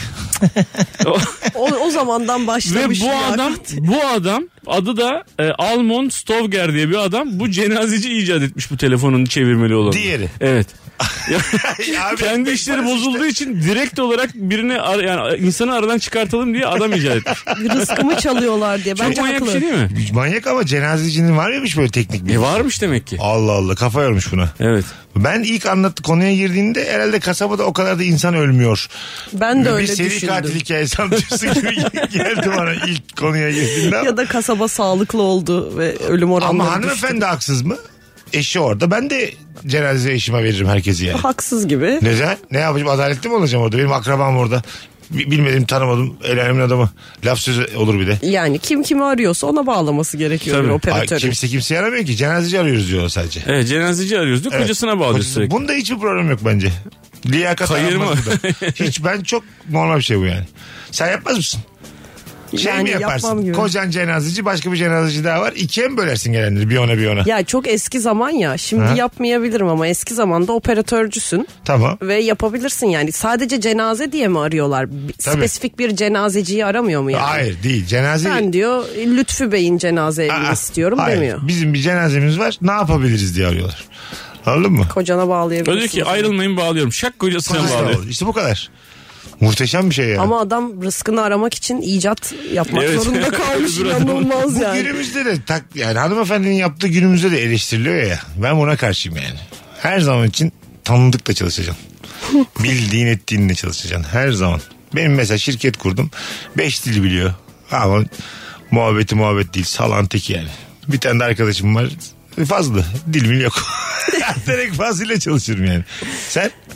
O zamandan başlamış. Ve bu adam adı da Almond Stovger diye bir adam. Bu cenazeci icat etmiş bu telefonun çevirmeli olanı. Diğeri. Evet. Abi, Kendi işleri bozulduğu için direkt olarak birini yani insanı aradan çıkartalım diye adam icat etmiş. Rızkımı çalıyorlar diye. Çok Bence manyak bir haklı. şey değil mi? Manyak ama cenazecinin var mıymış böyle teknik bir? Varmış demek ki. Allah Allah, kafa yormuş buna. Evet. Ben ilk konuya girdiğimde herhalde kasabada o kadar da insan ölmüyor. Ben de öyle bir seri düşündüm. katil hikayesi anlatıyorsun gibi geldi bana ilk konuya girdiğinde. Ya da kasaba sağlıklı oldu ve ölüm oranları Ama düştü. hanımefendi haksız mı? Eşi orada. Ben de cenaze eşime veririm herkesi yani. Haksız gibi. Neden? Ne yapacağım? Adaletli mi olacağım orada? Benim akrabam orada. Bilmediğim, tanımadım. El alemin adamı. Laf sözü olur bir de. Yani kim kimi arıyorsa ona bağlaması gerekiyor Tabii. bir Ay, operatörü. kimse kimseyi aramıyor ki. Cenazeci arıyoruz diyor sadece. Evet, cenazeci arıyoruz diyor. Evet. Kocasına bağlıyor Kocası. sürekli. Bunda hiçbir problem yok bence. Liyakat Kayırma. aranmaz burada. Hiç, ben çok normal bir şey bu yani. Sen yapmaz mısın? Yani mi yapmam yaparsın? gibi. Kocan cenazeci, başka bir cenazeci daha var. İkiye mi bölersin gelenleri? Bir ona bir ona. Ya çok eski zaman ya. Şimdi Ha? yapmayabilirim ama eski zamanda operatörcüsün Tamam. ve yapabilirsin yani. Sadece cenaze diye mi arıyorlar? Tabii. Spesifik bir cenazeciyi aramıyor mu yani? Hayır değil. Cenaze... Ben diyor Lütfü Bey'in cenaze evini Aa, istiyorum hayır. demiyor. Bizim bir cenazemiz var. Ne yapabiliriz diye arıyorlar. Anladın mı? Kocana bağlayabilirsin. Öyle ki ayrılmayın bağlıyorum. Şak kocasına bağlıyor. İşte bu kadar. Muhteşem bir şey yani. Ama adam rızkını aramak için icat yapmak Evet. zorunda kalmış. Öbür adam- İnanılmaz bu yani. günümüzde de yani hanımefendinin yaptığı günümüzde de eleştiriliyor ya. Ben buna karşıyım yani. Her zaman için tanıdıkla çalışacaksın. Bildiğin ettiğinle çalışacaksın. Her zaman. Benim mesela şirket kurdum. 5 dil biliyor. Ama muhabbet değil. Salan teki yani. Bir tane de arkadaşım var. Fazla. Dil yok. Direkt fazlıyla çalışıyorum yani. Sen?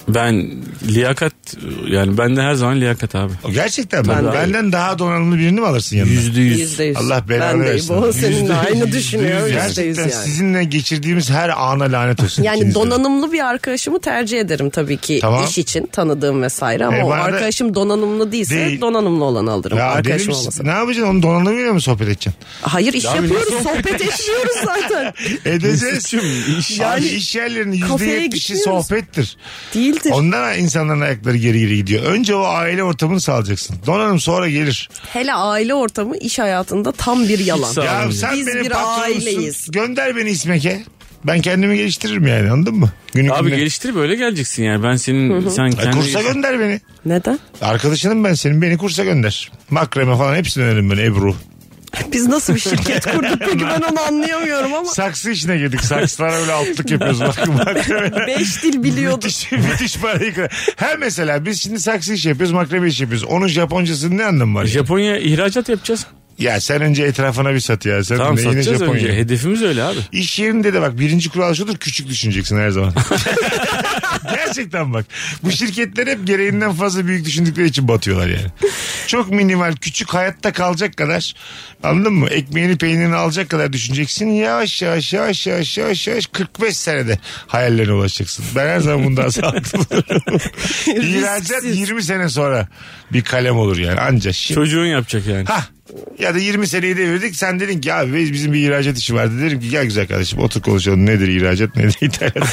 Ben liyakat, yani bende her zaman liyakat abi. O gerçekten mi? Ben de. Benden daha donanımlı birini mi alırsın yanına? %100. Allah belanı Ben de versin. bu seninle aynı düşünüyor. %100 Gerçekten yani. sizinle geçirdiğimiz her ana lanet olsun. Yani ikinize de. donanımlı bir arkadaşımı tercih ederim tabii ki Tamam. iş için tanıdığım vesaire ama o bana da- arkadaşım donanımlı değilse Değil. donanımlı olanı alırım Ya arkadaşım deli misin? olmasa. Ne yapacaksın? Onun donanımıyla mı sohbet edeceksin? Hayır iş Ya abi, yapıyoruz ne sohbet etmiyoruz zaten. Edeceğiz. Mesut'cum, iş- Yani Yani iş yerlerinin kafeye %70'i gitmiyoruz. sohbettir. Değildir. Ondan insanların ayakları geri geri gidiyor. Önce o aile ortamını sağlayacaksın. Donanım sonra gelir. Hele aile ortamı iş hayatında tam bir yalan. sağ ol. Ya Abi. sen Biz benim bir patronumsun. aileyiz. Gönder beni İSMEK'e. Ben kendimi geliştiririm yani, anladın mı? Günü Abi gününe. geliştirip öyle geleceksin yani. Ben senin sen kendi Kursa gönder beni. Neden? Arkadaşınım ben senin, beni kursa gönder. Makreme falan hepsini öğrenirim ben, Ebru. Biz nasıl bir şirket kurduk peki ben onu anlayamıyorum ama Saksı işine girdik. Saksılara öyle altlık yapıyoruz. Makreme. 5 dil biliyordu. Müthiş parayı kırar. Her mesela biz şimdi saksı işi yapıyoruz, makreme işi yapıyoruz. Onun Japoncasının ne anlamı var? Ya? Japonya ihracat yapacağız. Ya sen önce etrafına bir sat ya. Sen Tamam, neyine satacağız Japonya? önce. Hedefimiz öyle abi. İş yerinde de bak, birinci kural şudur: küçük düşüneceksin her zaman. Gerçekten bak. Bu şirketler hep gereğinden fazla büyük düşündükleri için batıyorlar yani. Çok minimal, küçük, hayatta kalacak kadar, anladın mı? Ekmeğini peynirini alacak kadar düşüneceksin. Yavaş yavaş 45 senede hayallerine ulaşacaksın. Ben her zaman bundan sağlıklı bulurum. İhracat 20 sene sonra bir kalem olur yani, ancak. Çocuğun yapacak yani. Hah. Ya da 20 seneyi devirdik, sen dedin ki abi bizim bir ihracat işi vardı. Derim ki gel güzel kardeşim, otur konuşalım, nedir ihracat nedir ithalat.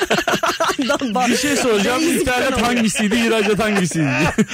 Bir şey soracağım. İthalat hangisiydi, ihracat hangisiydi?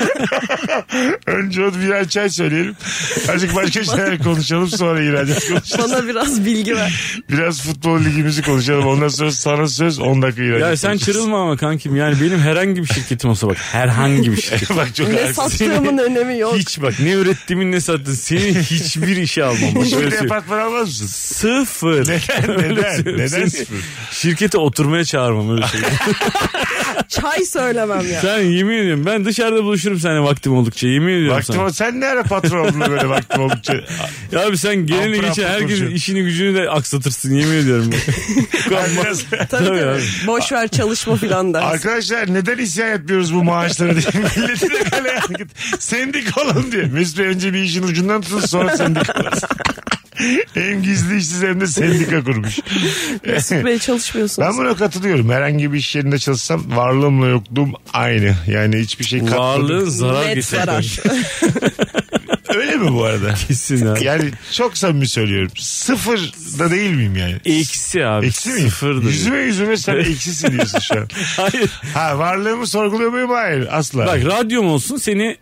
Önce o birer çay söyleyelim. Azıcık başka şeyler konuşalım, sonra ihracat konuşalım. Bana biraz bilgi ver. Biraz futbol ligimizi konuşalım. Ondan sonra sana söz 10 dakika ihracat Ya sen konuşacağız. çırılma ama kankim. Yani benim herhangi bir şirketim olsa bak. Herhangi bir şirket. Bak çok Ne haklısın. sattığımın önemi yok. Hiç bak, ne ürettiğimin ne sattın. Senin hiçbir işe almam. Bak, öyle Hiçbir söyleyeyim. departman almaz mısın? Sıfır. Neden? Neden Seni sıfır? şirkete oturmaya çağırmam, öyle söyleyeyim. Çay söylemem ya. Sen yemin ediyorum, ben dışarıda buluşurum seninle vaktim oldukça, yemin ediyorum Vaktim sana. sen ne ara patron oldun böyle vaktim oldukça? Ya abi sen geleni Ampır geçen ampır herkesin konuşuyorum. işini gücünü de aksatırsın, yemin ediyorum. Biraz- Tabii, Tabii tabii. abi. Boş ver çalışma filan dersin. Arkadaşlar neden isyan etmiyoruz bu maaşlara diye milleti de kaleye hareket. Sendik olun diye. Mesut Bey önce bir işin ucundan tutun, sonra sendika olarsın. Hem gizli işsiz hem de sendika kurmuş. Mesut Bey çalışmıyorsunuz. Ben buna katılıyorum. Herhangi bir iş yerinde çalışsam varlığımla yokluğum aynı. Yani hiçbir şey katmadım. Varlığın zarar Net getirir. zarar. Öyle mi bu arada? Kesin abi. Yani çok samimi söylüyorum. Sıfır da değil miyim yani? Eksi abi. Eksi miyim? Sıfırdır. Yüzüme sen eksisin diyorsun şu an. Hayır. Ha, varlığımı sorguluyor muyum? Hayır. Asla. Bak, radyom olsun, seni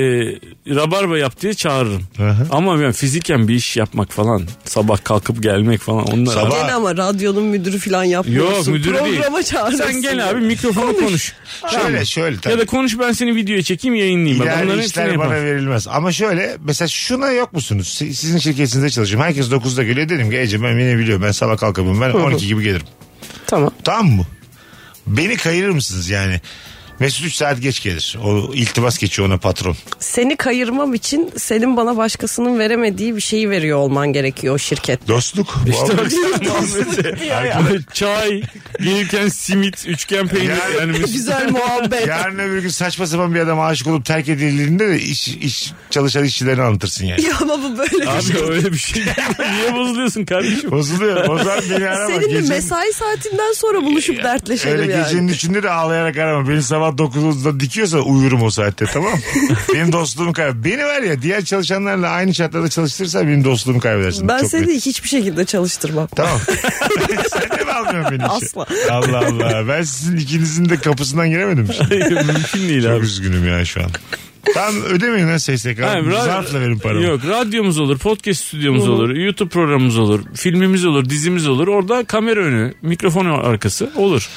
rabarba yap diye çağırırım. Hı. Ama ben fiziken bir iş yapmak falan, sabah kalkıp gelmek falan, onlar. Sabah- Gene ama radyonun müdürü filan yapmıyorsun. Yok, müdür değil. Programa çağırırsın. Sen gel abi, mikrofonu konuş. Şöyle tabii. Ya da konuş, ben seni videoya çekeyim, yayınlayayım. Bak, İdeal onların hepsini işler bana yapar. verilmez. Ama şöyle mesela şuna yok musunuz? Sizin şirketinizde çalışıyorum. Herkes 9'da geliyor. Dedim ki Ece, ben yine biliyorum. Ben sabah kalkamıyorum. Ben 12 gibi gelirim. Tamam. Tamam mı? Beni kayırır mısınız yani? Mesut 3 saat geç gelir. O iltibas geçiyor ona patron. Seni kayırmam için senin bana başkasının veremediği bir şeyi veriyor olman gerekiyor o şirket. Dostluk. İşte bak, Vallahi. çay, gelirken simit, üçgen peynir. Yani- Yani Güzel muhabbet. Yarın öbür gün saçma sapan bir adama aşık olup terk edildiğinde de iş çalışan işçilerini anlatırsın yani. Ya ama bu böyle bir şey. abi öyle bir şey. Niye bozuluyorsun kardeşim? Bozuluyor. O zaman beni arama. Seninle Gecenin- mesai saatinden sonra buluşup dertleşelim Öyle yani. gecenin içinde de ağlayarak arama. Beni sabah 9'da dikiyorsa uyurum o saatte, tamam mı? Benim dostluğumu Beni var ya, diğer çalışanlarla aynı şartlarda çalıştırırsa benim dostluğumu kaybedersin. Ben Çok seni net. hiçbir şekilde çalıştırmam. Tamam. Sen de mi almıyorsun beni işe? Asla. Allah Allah. Ben sizin ikinizin de kapısından giremedim. Mümkün değil Çok abi. üzgünüm ya şu an. Tamam, ödemeyin lan SSK. Hayır, Zarfla verin paramı. Yok, radyomuz olur, podcast stüdyomuz olur, YouTube programımız olur, filmimiz olur, dizimiz olur. Orada kamera önü, mikrofon arkası olur.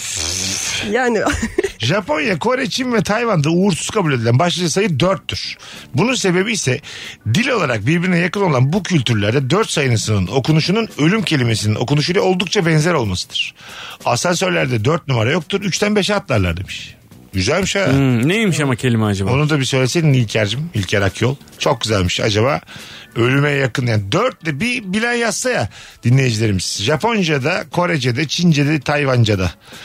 Yani Japonya, Kore, Çin ve Tayvan'da uğursuz kabul edilen başlıca sayı 4'tür. Bunun sebebi ise dil olarak birbirine yakın olan bu kültürlerde 4 sayısının okunuşunun ölüm kelimesinin okunuşuyla oldukça benzer olmasıdır. Asansörlerde 4 numara yoktur, 3'ten 5'e atlarlar demiş. Güzelmiş ha. Neymiş ama kelime acaba? Onu da bir söyleseydin İlker'cim. İlker Akyol. Çok güzelmiş. Acaba ölüme yakın, yani 4 de bir bilen yazsa ya dinleyicilerimiz. Japonca'da, Korece'de, Çince'de, Tayvanca'da.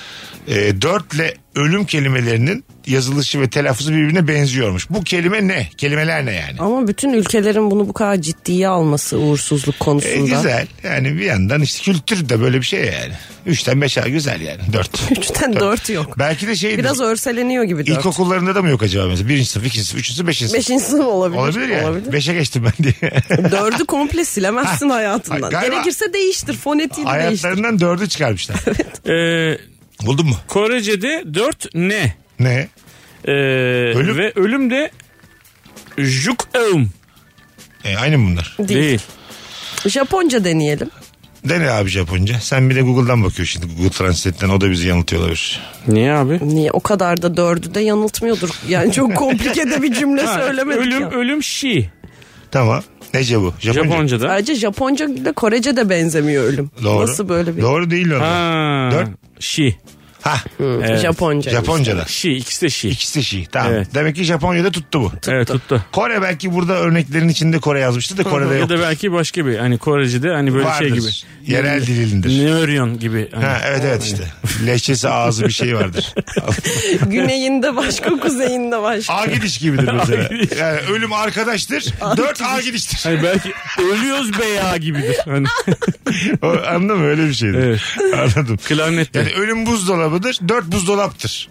4 ile ölüm kelimelerinin yazılışı ve telaffuzu birbirine benziyormuş. Bu kelime ne? Kelimeler ne yani? Ama bütün ülkelerin bunu bu kadar ciddiye alması uğursuzluk konusunda. Güzel. Yani bir yandan işte kültür de böyle bir şey yani. 3'ten 5'e güzel yani. 4. 3'ten 4 yok. Belki de şey. Biraz örseleniyor gibi 4. İlkokullarında da mı yok acaba mesela? 1. sınıf, 2. sınıf, 3. sınıf, 5. sınıf. 5. sınıf olabilir. Olabilir yani. 5'e geçtim ben diye. 4'ü komple silemezsin hayatından. Galiba Gerekirse değiştir. Fonetiğini değiştir. hayatlarından 4'ü çıkarmışlar. Buldun mu? Korece'de 4 ne? Ne? Ölüm. Ve ölüm de juk'um. Aynı mı bunlar? Değil. Japonca deneyelim. Dene abi Japonca. Sen bir de Google'dan bakıyorsun şimdi. Google Translate'ten o da bizi yanıltıyor olabilir. Niye abi? Niye? O kadar da 4'ü de yanıltmıyordur. Yani çok komplike de bir cümle söylemedik ya. Ölüm şi. Tamam. Nece bu? Japonca'da. Ayrıca Japonca ile Korece de benzemiyor ölüm. Doğru. Nasıl böyle bir... Doğru değil onlar. 4. Şi. Ha. Evet. Japonca'da. Şi. İkisi de şi. İkisi de şi. Tamam. Evet. Demek ki Japonya'da tuttu bu. Evet tuttu. Kore belki burada örneklerin içinde Kore yazmıştı da Kore'de yok. Ya da belki başka bir hani Korece'de hani böyle vardır. şey gibi. Yerel dilindir. Neuryon gibi. Hani. Ha, evet işte. Leşçesi ağzı bir şey vardır. Güneyinde başka, kuzeyinde başka. A gidiş gibidir mesela. Yani ölüm arkadaştır. 4 A gidiştir. Hani belki ölüyoruz beya gibidir. Hani. Anladın mı? Öyle bir şeydir. Evet. Anladım. Klarnette. Yani ölüm buzdolabıdır. 4 buzdolaptır.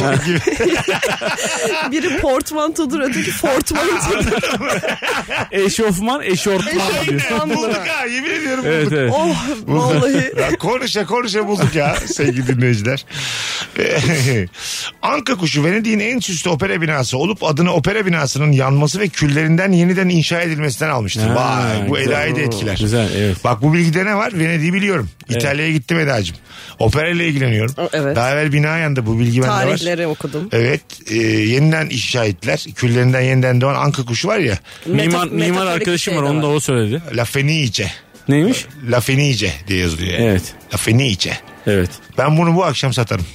Biri portmantodur, öteki fortmantodur. Eşofman, eşortman diyor. Bulduk ha, yemin ediyorum bulduk. Evet, evet. Oh vallahi. Ya konuşa bulduk ya sevgili dinleyiciler. Anka Kuşu Venedik'in en süslü opera binası olup adını opera binasının yanması ve küllerinden yeniden inşa edilmesinden almıştır. Vay, bu Eda'yı da etkiler. Güzel, evet. Bak bu bilgide ne var? Venedik'i biliyorum. İtalya'ya gittim Eda'cığım. Opera ile ilgileniyorum. Evet. Daha evvel bina yandı, bu bilgi bende var. Tarihleri okudum. Evet, yeniden inşa ettiler. Küllerinden yeniden doğan Anka Kuşu var ya. Mimar arkadaşım var, onu da o söyledi. La Fenice. Neymiş? La Fenice diye yazılıyor yani. Evet. La Fenice. Evet. Ben bunu bu akşam satarım.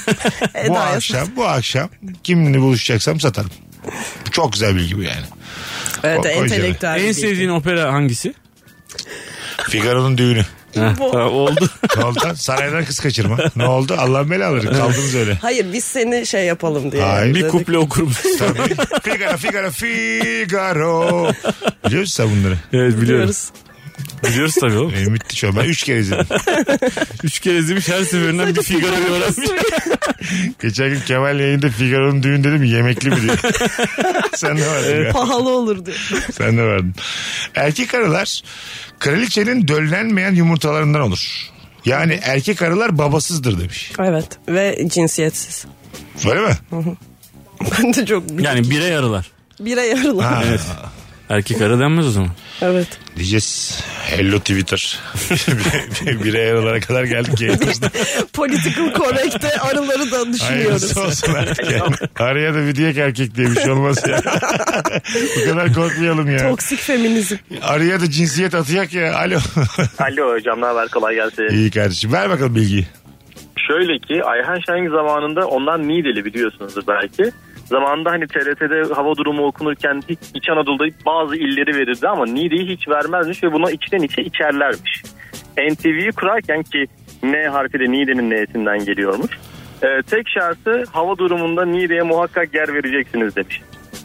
bu akşam kimle buluşacaksam satarım. Çok güzel bilgi bu yani. Evet, entelektüel. En sevdiğin opera hangisi? Figaro'nun düğünü. Oldu. Ne oldu? Saraydan kız kaçırma. Ne oldu? Allah'ın belaları. Kaldınız öyle. Hayır, biz seni şey yapalım diye. Hayır. Bir kuple okur musun? Tabii. Figaro. Biliyor musun sen bunları? Evet biliyorum. Biliyoruz tabii oğlum. Müthiş o. Ben 3 kere izledim. 3 kere izlemiş, her seferinden bir Figaro'yu öğrenmiş. Geçen gün Kemal yayında Figaro'nun düğün dedim, yemekli mi diyor. Sen de vardın ya. Pahalı olur diyor. Sen de vardın. Erkek arılar kraliçenin döllenmeyen yumurtalarından olur. Yani erkek arılar babasızdır demiş. Evet, ve cinsiyetsiz. Öyle mi? Ben de çok... Yani birey arılar. Birey arılar. Evet. Erkek arı denmez o zaman. Evet. Diyeceğiz. Hello Twitter. Birey arılara kadar geldik ki. Political correct'te arıları da düşünüyoruz. Hayırlısı olsun artık yani. Araya da bir diyek erkek diye bir şey olmaz ya. Bu kadar korkmayalım ya. Toksik feminizm. Araya da cinsiyet atayak ya. Alo. Alo hocam, ne haber, kolay gelsin. İyi kardeşim, ver bakalım bilgiyi. Şöyle ki Ayhan Şahin zamanında, ondan Niğdeli biliyorsunuzdur belki. Zamanında hani TRT'de hava durumu okunurken İç Anadolu'da bazı illeri verirdi ama Niğde'yi hiç vermezmiş ve buna içten içe içerlermiş. NTV'yi kurarken, ki N harfi de Niğde'nin N'sinden geliyormuş. Tek şartı, hava durumunda Niğde'ye muhakkak yer vereceksiniz demiş.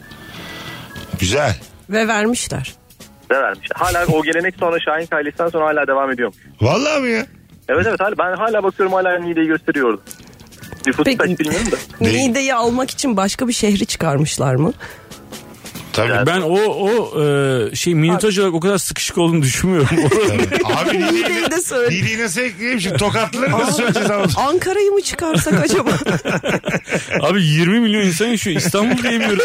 Güzel. Ve vermişler. Ve vermişler. Hala o gelenek sonra Şahin Kailesi'nden sonra hala devam ediyormuş. Vallahi mi ya? Evet, ben hala bakıyorum, hala Niğde'yi gösteriyordu. Nüfusu kaç bilmiyorum da. Niğde'yi almak için başka bir şehri çıkarmışlar mı? Tabii. Yani, ben o minütaj olarak o kadar sıkışık olduğunu düşünmüyorum. Abi Niğde'yi de söyle. Niğde'yi nasıl ekleyeyim şimdi? Tokatlıları nasıl söyleyeceğiz? Ankara'yı mı çıkarsak acaba? Abi 20 milyon insan yaşıyor. İstanbul diyemiyoruz.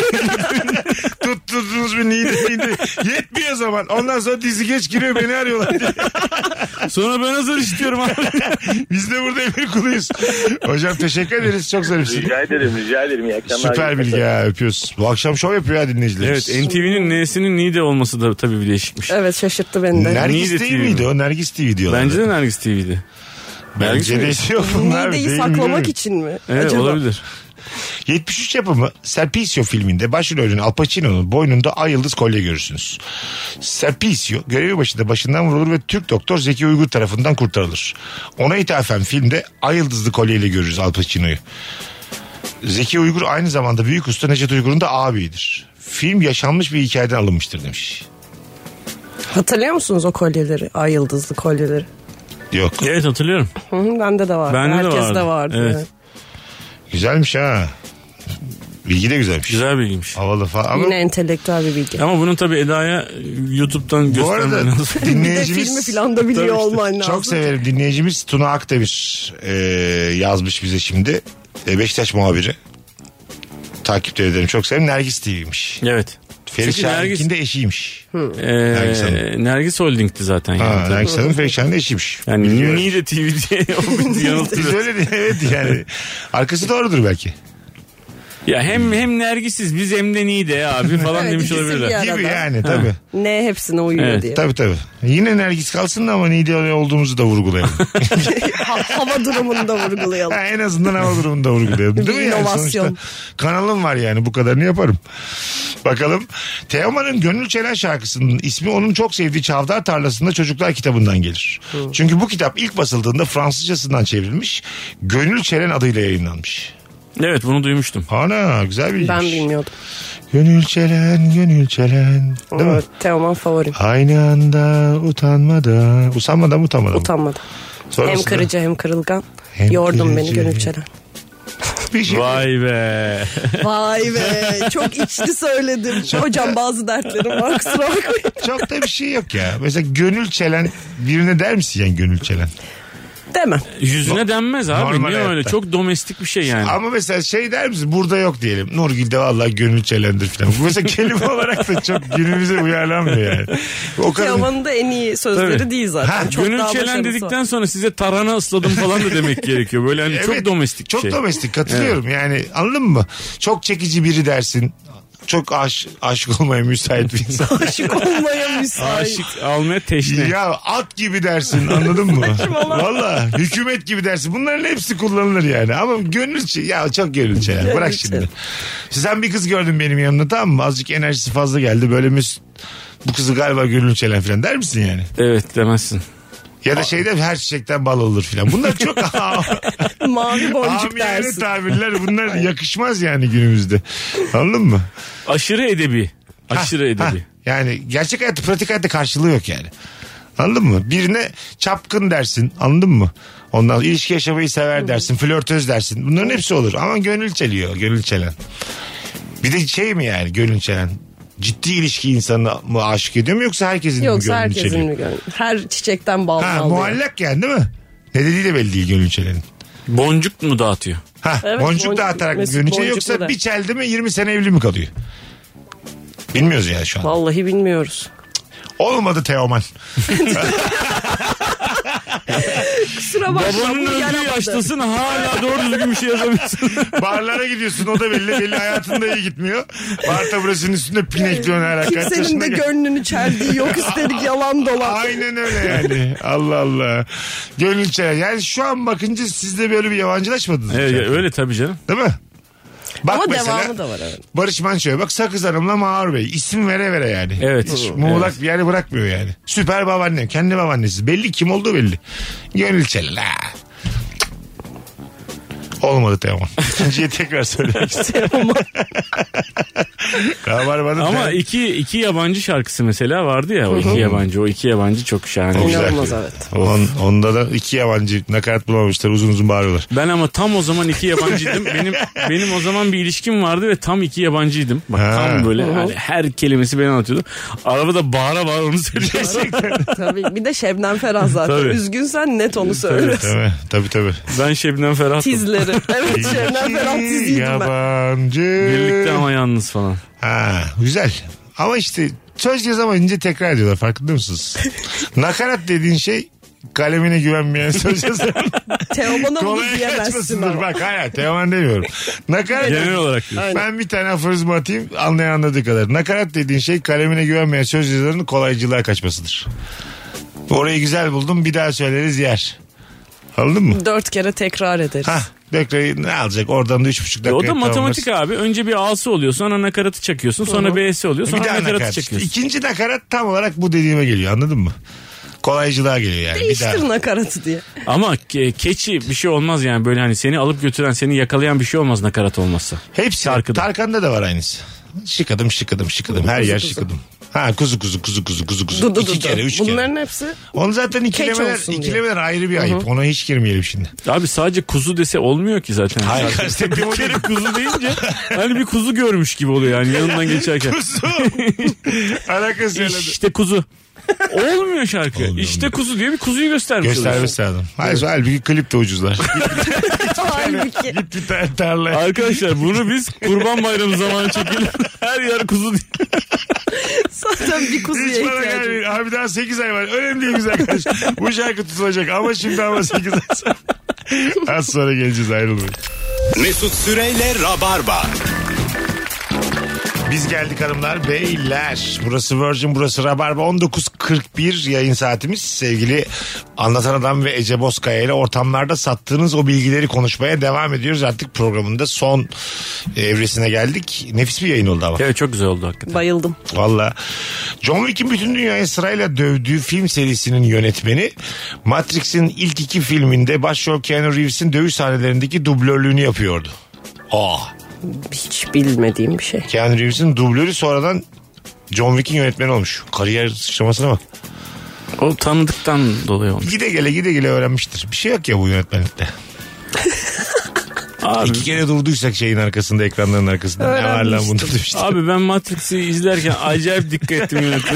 Tuttunuz bir Niğde. Yetmiyor zaman. Ondan sonra dizi geç giriyor, beni arıyorlar diye. Sonra ben hazır istiyorum abi. Biz de burada emir kuluyuz. Hocam teşekkür ederiz. Çok zarifsin. Rica ederim. İyi akşamlar. Süper bilgi ya, öpüyoruz. Bu akşam şov yapıyor ya dinleyicilerimiz. Evet, NTV'nin N'sinin Niğde olması da tabii bir değişikmiş. Evet, şaşırttı beni de. Nergis Niğde değil TV miydi o? Nergis TV diyorlar. Bence de Nergis TV'di. Bence de yok bunlar. Niğde'yi değil saklamak mi? için mi? Evet, acaba? olabilir. 73 yapımı Serpicio filminde başrolün Al Pacino'nun boynunda ay yıldız kolye görürsünüz. Serpicio görevi başında başından vurulur ve Türk doktor Zeki Uygur tarafından kurtarılır. Ona ithafen filmde ay yıldızlı kolyeyle görürüz Al Pacino'yu. Zeki Uygur aynı zamanda büyük usta Necdet Uygur'un da ağabeyidir. Film yaşanmış bir hikayeden alınmıştır demiş. Hatırlıyor musunuz o kolyeleri? Ay yıldızlı kolyeleri. Yok. Evet hatırlıyorum. Bende de var. Bende de Herkes vardı. de vardı. Evet. Güzelmiş ha. Bilgi de güzelmiş. Güzel bilgiymiş. Havalı falan. Ama Yine entelektüel bir bilgi. Ama bunun tabii Eda'ya YouTube'dan bu arada göstermen lazım. Bir de dinleyicimiz... filmi falan da biliyor Tabii işte. olman lazım. Çok severim. Dinleyicimiz Tuna Akdemir yazmış bize şimdi. Beşiktaş muhabiri. Takipte ederim. Çok severim. Nergis TV'ymiş. Evet. Ferit Çünkü Şahin'in de eşiymiş. Nergis Hanım. Nergis Holding'ti zaten. Ha, Yani. Nergis Hanım Ferit Şahin'in de eşiymiş. Yani Biliyorum. Niğde TV diye o bizi yanıltıyor. Öyle değil, evet yani. Arkası doğrudur belki. Ya hem Nergisiz biz hem de Niğde abi falan Evet, demiş ikisi olabilirler. bir arada. Gibi yani tabii. Ne hepsine uyuyor Evet. diye. Tabii. Yine Nergis kalsın da ama Niğde olduğumuzu da vurgulayalım. Hava durumunu da vurgulayalım. Ha, en azından hava durumunu da vurgulayalım. Değil mi yani? İnovasyon. Sonuçta kanalım var yani, bu kadarını yaparım. Bakalım. Teoman'ın Gönül Çelen şarkısının ismi onun çok sevdiği Çavdar Tarlası'nda Çocuklar kitabından gelir. Çünkü bu kitap ilk basıldığında Fransızcasından çevrilmiş. Gönül Çelen adıyla yayınlanmış. Evet bunu duymuştum. Ana güzel bilgiymiş. Ben bilmiyordum. Gönül Çelen, Gönül Çelen. Değil mi? Evet, Teoman favorim. Aynı anda utanmadan. Usanmadan mı utanmadan mı? Utanmadan. Sonrasında- Hem kırıcı hem kırılgan. Hem Yordun kırıcı. beni Gönül Çelen. Bir şey. Vay be. Vay be, çok içli söyledim. Hocam bazı dertlerim var, kusura bakmayın. Çok da bir şey yok ya. Mesela Gönül Çelen birine der misin yani Gönül Çelen? Demem. Yüzüne denmez abi. Normal Niye öyle? hayatta. Çok domestik bir şey yani. Ama mesela şey der misin? Burada yok diyelim. Nurgül'de vallahi Gönül Çelen'dir falan. Bu mesela kelime olarak da çok günümüze uyarlanmıyor yani. O kadar. Teoman'ın da en iyi sözleri Tabii. değil zaten. Ha, Çok Gönül daha Çelen başarısı dedikten var. sonra size tarhana ısladım falan da demek gerekiyor. Böyle hani çok Evet, domestik bir çok şey. domestik, katılıyorum. Yani anladın mı? Çok çekici biri dersin. Çok aşık olmaya müsait bir insan. Aşık olmaya müsait. Aşık almaya teşne. Ya at gibi dersin, anladın mı? Valla hükümet gibi dersin. Bunların hepsi kullanılır yani. Ama ya çok Gönül Çelen. Bırak şimdi. Sen bir kız gördün benim yanımda, tamam mı? Azıcık enerjisi fazla geldi. Böyle bu kızı galiba Gönül Çelen falan der misin yani? Evet demezsin. Ya da şeyde her çiçekten bal olur falan. Bunlar çok Mavi boncuk amiyane dersin. tabirler. Bunlar yakışmaz yani günümüzde. Anladın mı? Aşırı edebi. Aşırı edebi. Yani gerçek hayatta, pratik hayatta karşılığı yok yani. Anladın mı? Birine çapkın dersin, anladın mı? Ondan sonra ilişki yaşamayı sever dersin, flörtöz dersin. Bunların hepsi olur. Ama gönül çeliyor, Gönül Çelen. Bir de şey mi yani Gönül Çelen? Ciddi ilişki insanı mı aşık ediyor mu, yoksa herkesin mi Yoksa gönlünü herkesin çeliyor? mi gönlü? Her çiçekten bal Ha, alıyor. muallak yani, değil mi? Ne dediği de belli değil Gönül Çelen'in. Boncuk mu dağıtıyor? Ha, Evet, boncuk dağıtarak Mesut gönül çeliyor, boncuklu yoksa da. bir çeldi mi 20 sene evli mi kalıyor? Bilmiyoruz yani şu an. Vallahi bilmiyoruz. Olmadı Teoman. Kusura bakma. Babanın bu öldüğü yaramadı. yaştasın hala doğru düzgün bir şey yazamıyorsun. Barlara gidiyorsun, o da belli hayatında iyi gitmiyor. Bar taburasının üstünde pinekliyorsun her kaç Kimsenin yaşında de gel- gönlünü çeldiği yok, üstelik yalan dolan. Aynen öyle yani. Allah Allah. Gönül Çelen. Yani şu an bakınca siz de böyle bir yabancılaşmadınız. Evet, öyle tabii canım. Değil mi? Bak Ama mesela, devamı da var, evet. Barış Manço'ya bak, Sakız Hanım'la Mağar Bey. İsim vere yani. Evet. Hiç muğlak bir yeri bırakmıyor yani. Süper babaannem. Kendi babaannesi. Belli kim olduğu belli. Gönül Çelen. Ha. Olmadı Teoman. İkinciye tekrar söylemek istiyorum. Ama iki yabancı şarkısı mesela vardı ya, o iki yabancı. O iki yabancı çok şahane. O güzel. İnanılmaz, evet. Onda da iki yabancı nakarat bulamamışlar, uzun uzun bağırıyorlar. Ben ama tam o zaman iki yabancıydım. Benim o zaman bir ilişkim vardı ve tam iki yabancıydım. Bak tam böyle yani her kelimesi beni anlatıyordu. Arabada bağıra bağıra onu söylüyordu. Tabii, bir de Şebnem Ferah zaten. Tabii. Üzgünsen net onu söylüyorsun. Tabii. Ben Şebnem Ferah'tım. Tizleri. Evet, Şebnem Ferah tiziydim ben. Yabancı. Birlikte ama yalnız falan. Ha, güzel. Ama işte söz yazamayınca tekrar ediyorlar, farkında mısınız? Nakarat dediğin şey kalemine güvenmeyen söz yazar. Teoman'a bunu Kolay diyemezsin kaçmasındır. ama. Bak hayır, Teoman demiyorum. Nakarat. Genel olarak diyorsun. Ben bir tane aforizma atayım, anlayan anladığı kadar. Nakarat dediğin şey kalemine güvenmeyen söz yazarının kolaycılığa kaçmasıdır. Orayı güzel buldum, bir daha söyleriz yer. Anladın mı? 4 kere tekrar ederiz. Ha, dakikayı ne alacak? Oradan da 3,5 dakika. O da matematik abi. Önce bir A'sı oluyor. Sonra nakaratı çakıyorsun. Sonra B'si oluyor. Sonra nakaratı çakıyorsun. İkinci nakarat tam olarak bu dediğime geliyor, anladın mı? Kolaycılığa geliyor yani. Değiştir nakaratı diye. Ama keçi bir şey olmaz yani, böyle hani seni alıp götüren, seni yakalayan bir şey olmaz nakarat olmazsa. Hepsi. Şarkıda. Tarkan'da da var aynısı. Şıkıdım. Her yer şıkıdım. Ha, kuzu. İki kere, 3 kere. Bunların hepsi. Onu zaten ikilemeler ayrı bir ayıp. Ona hiç girmeyelim şimdi. Abi sadece kuzu dese olmuyor ki zaten. Hayır. Bir kere kuzu deyince hani bir kuzu görmüş gibi oluyor yani yanından geçerken. Kuzu. Alakası öyle. İşte kuzu. Olmuyor şarkı. Olmuyor. İşte kuzu diyor, bir kuzuyu göstermesi lazım. Halbuki klip de ucuzlar. Halbuki. Git bir tane tarlaya. Arkadaşlar bunu biz Kurban Bayramı zamanı çekelim. Her yer kuzu diye. Zaten bir kuzuya Hiç bana ihtiyacım. gelmeyin. Abi daha 8 ay var. Önemli değil güzel kardeşim. Bu şarkı tutulacak ama şimdi ama 8 ay sonra. Az sonra geleceğiz, ayrılmayın. Mesut Süreyle Rabarba. Biz geldik hanımlar beyler. Burası Virgin, burası Rabarba. 19.41 yayın saatimiz. Sevgili Anlatan Adam ve Ece Bozkaya ile ortamlarda sattığınız o bilgileri konuşmaya devam ediyoruz. Artık programın da son evresine geldik. Nefis bir yayın oldu ama. Evet, çok güzel oldu hakikaten. Bayıldım. Valla. John Wick'in bütün dünyayı sırayla dövdüğü film serisinin yönetmeni, Matrix'in ilk 2 filminde başrol Keanu Reeves'in dövüş sahnelerindeki dublörlüğünü yapıyordu. Hiç bilmediğim bir şey. Keanu Reeves'in dublörü sonradan John Wick'in yönetmeni olmuş. Kariyer sıçramasına bak. O tanıdıktan dolayı olmuş. Gide gele öğrenmiştir. Bir şey yok ya bu yönetmenlikte. Abi, 2 kere durduysak şeyin arkasında, ekranların arkasında. Ne var lan bunda demiştim. abi ben Matrix'i izlerken acayip dikkat ettim yönetmene.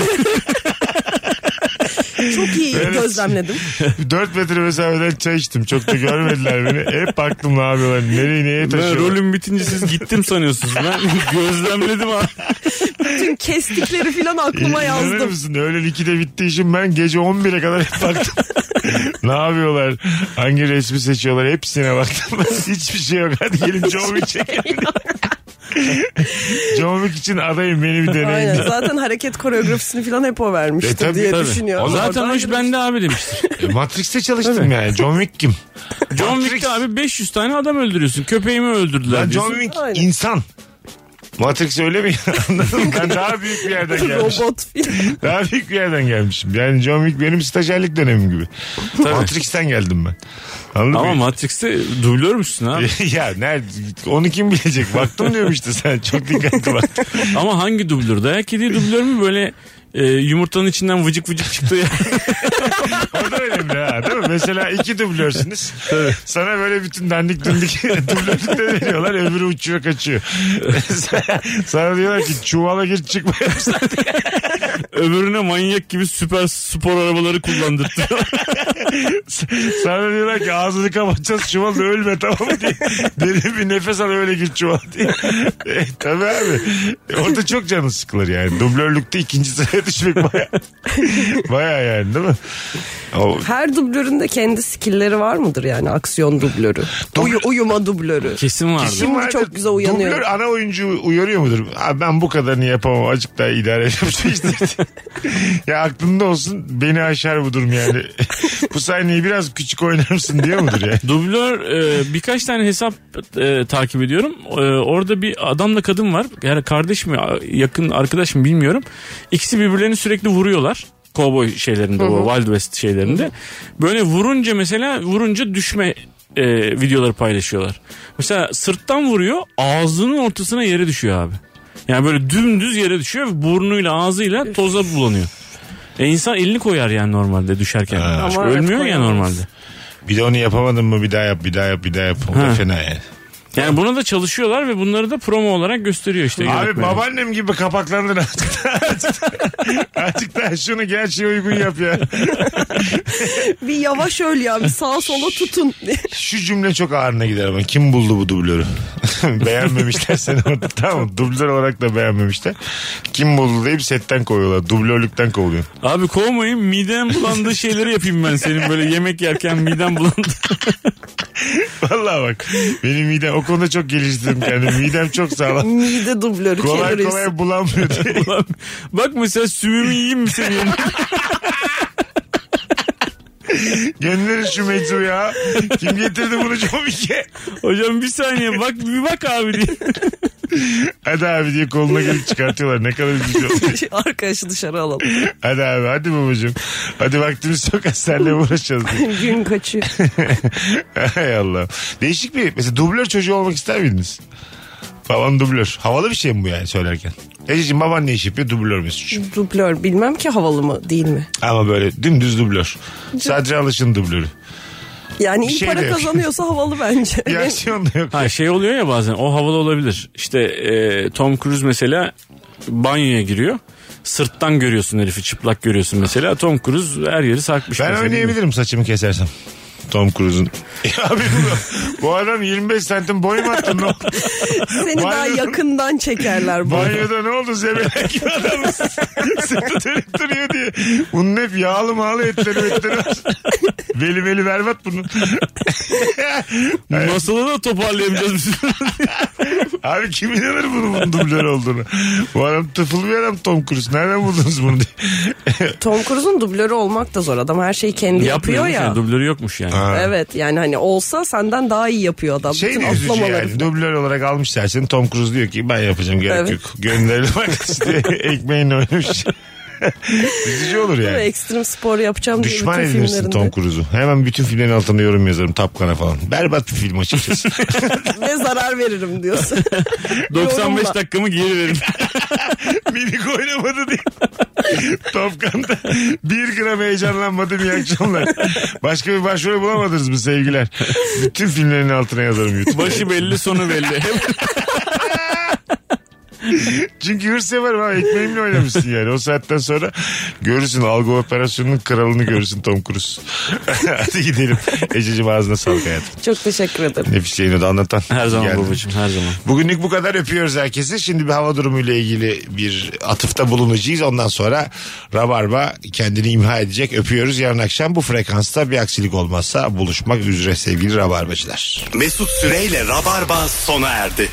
Çok iyi gözlemledim. 4 metre mesafeden çay içtim. Çok da görmediler beni. Hep baktım ne yapıyorlar. Neye taşıyorlar. Ben rolüm bitince siz gittim sanıyorsunuz. Ben gözlemledim abi. Bütün kestikleri falan aklıma İnanır yazdım. mısın? Öğlen 2'de bitti işim. Ben gece 11'e kadar hep baktım. Ne yapıyorlar? Hangi resmi seçiyorlar? Hepsine baktım. Hiçbir şey yok. Hadi gelin John Wick çekelim. John Wick için adayım, beni bir deneyin. Aynen, zaten hareket koreografisini falan hep o vermiştir diye düşünüyorum. O zaten o iş bende abi demiştir. Matrix'te çalıştım yani. John Wick kim? John Wick'te abi 500 tane adam öldürüyorsun. Köpeğimi öldürdüler Ben diyorsun. John Wick Aynen. insan. Matrix öyle mi? Anladın mı? Ben daha büyük bir yerden gelmişim. Robot film. Daha büyük bir yerden gelmişim. Yani John Wick benim stajyerlik dönemim gibi. Tabii. Matrix'ten geldim ben. Anladın Ama mı? Matrix'te dublör müsün abi? Ya nerede? Onu kim bilecek? Baktım diyorum işte, sen çok dikkatli bak. Ama hangi dublör? Dayak yediği dublör mü, böyle yumurtanın içinden vıcık vıcık çıktı ya? O da önemli ha, değil mi? Mesela 2 dublörsünüz. Sana böyle bütün dandik dublörlükte veriyorlar. Öbürü uçuyor kaçıyor. Sana diyorlar ki çuvala gir çıkma yapsın. Öbürüne manyak gibi süper spor arabaları kullandırtıyor. Sana diyorlar ki ağzını kapatacağız, çuvalda ölme tamam mı diye. Derin bir nefes al öyle gir çuval diye. Tabii abi. Orada çok canı sıkılır yani. Dublörlükte 2. sıraya düşmek baya yani, değil mi? Her dublörün de kendi skillleri var mıdır yani, aksiyon dublörü? Uyuma dublörü. Kesin vardı. Şimdi çok güzel uyanıyor. Dublör ana oyuncu uyarıyor mudur? Abi ben bu kadarını yapamam, azıcık daha idare edeyim işte. Ya aklında olsun, beni aşar bu durum yani. Bu sahneyi biraz küçük oynar mısın diyor mudur yani? Dublör birkaç tane hesap takip ediyorum. Orada bir adamla kadın var. Yani kardeş mi, yakın arkadaş mı bilmiyorum. İkisi birbirlerini sürekli vuruyorlar. Cowboy şeylerinde, o Wild West şeylerinde. Böyle vurunca düşme videoları paylaşıyorlar. Mesela sırttan vuruyor, ağzının ortasına yere düşüyor abi. Yani böyle dümdüz yere düşüyor ve burnuyla ağzıyla toza bulanıyor. İnsan elini koyar yani normalde düşerken. Ama ölmüyor evet, ya normalde. Bir de onu yapamadın mı bir daha yap. O da fena yani. Yani buna da çalışıyorlar ve bunları da promo olarak gösteriyor işte. Abi yönetmeni. babaannem gibi kapaklandın azıcık daha şunu gerçeğe uygun yap ya. Bir yavaş öl ya, bir sağa sola tutun. Şu cümle çok ağrına gider ama kim buldu bu dublörü? Beğenmemişler seni orada, tamam, dublör olarak da beğenmemişler. Kim buldu deyip setten koyuyorlar. Dublörlükten kovuluyor. Abi kovmayın, midem bulandığı şeyleri yapayım ben senin, böyle yemek yerken midem bulandı. Vallahi bak, benim midem o konuda çok geliştirdim kendimi. Midem çok sağlam. Mide dublörü. Kolay bulanmıyor diye. Bak mesela sümümü yiyeyim mi senin? Gönderin şu meczu ya. Kim getirdi bunu Comik'e? Hocam bir saniye bir bak abi diye. Hadi abi diye koluna gelip çıkartıyorlar. Ne kadar üzücü olmuş. Arkadaşı dışarı alalım. Hadi abi hadi babacığım. Hadi vaktimiz çok az seninle uğraşacağız. Gün kaçıyor. Hay Allah. Değişik bir mesela dublör çocuğu olmak ister miydiniz? Baban dublör. Havalı bir şey mi bu yani söylerken? Ececiğim baban ne iş yapıyor? Dublör Mesut'cum. Dublör bilmem ki havalı mı değil mi? Ama böyle dümdüz dublör. Sadece alışın dublörü. Yani Bir iyi şey para de yok. kazanıyorsa havalı bence. Bir aksiyon da yok. Ha şey oluyor ya bazen o havalı olabilir. İşte Tom Cruise mesela banyoya giriyor. Sırttan görüyorsun herifi, çıplak görüyorsun mesela. Tom Cruise her yeri sarkmış. Ben mesela. oynayabilirim saçımı kesersem. Tom Cruise'un. Abi bu adam 25 santim boy mu attı? Ne oldu? Seni daha yakından çekerler. Banyoda ne oldu? Zebelek gibi adamız. Sırtı dönüp duruyor diye. Bunun hep yağlı mağlı etleri var. Veli berbat bunun. Masalı da toparlayamayacağız biz. Abi kim inanır bunun dublör olduğunu? Bu adam tıfıl bir adam Tom Cruise. Nereden buldunuz bunu diye. Tom Cruise'un dublörü olmak da zor. Adam her şeyi kendi yapıyor ya. Yani, dublörü yokmuş yani. Ha. Evet yani hani olsa senden daha iyi yapıyor adam. Şey Bütün de üzücü atlamaları. yani. Dublör olarak almışlar seni. Tom Cruise diyor ki ben yapacağım gerek Evet. yok. Gönderelim bak işte ekmeğini oynamış. Üzücü olur yani. Ekstrem spor yapacağım diye Düşman bütün edinirsin filmlerinde. Tom Cruise'u. Hemen bütün filmlerin altına yorum yazarım. Tapkan'a falan. Berbat bir film açıkçası. Ve zarar veririm diyorsun. 95 Yorumla. dakikamı geri verin. Minik oynamadı diye. Top Gun'da 1 gram heyecanlanmadım iyi akşamlar. Başka bir başrol bulamadınız mı sevgiler? Bütün filmlerin altına yazarım YouTube'da. Başı belli sonu belli. Çünkü hırs yaparım ha, ekmeğimle oynamışsın yani. O saatten sonra görürsün algı operasyonunun kralını görürsün Tom Cruise. Hadi gidelim. Ececiğim ağzına sağlık hayatım. Çok teşekkür ederim. Nefis yayını da anlatan. Her zaman Geldi. babacığım her zaman. Bugünlük bu kadar, öpüyoruz herkesi. Şimdi bir hava durumuyla ilgili bir atıfta bulunacağız. Ondan sonra Rabarba kendini imha edecek. Öpüyoruz. Yarın akşam bu frekansta bir aksilik olmazsa buluşmak üzere sevgili Rabarbacılar. Mesut Süreyle Rabarba sona erdi.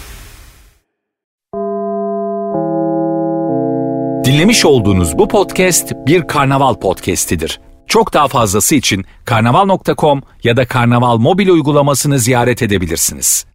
Dinlemiş olduğunuz bu podcast bir karnaval podcastidir. Çok daha fazlası için karnaval.com ya da karnaval mobil uygulamasını ziyaret edebilirsiniz.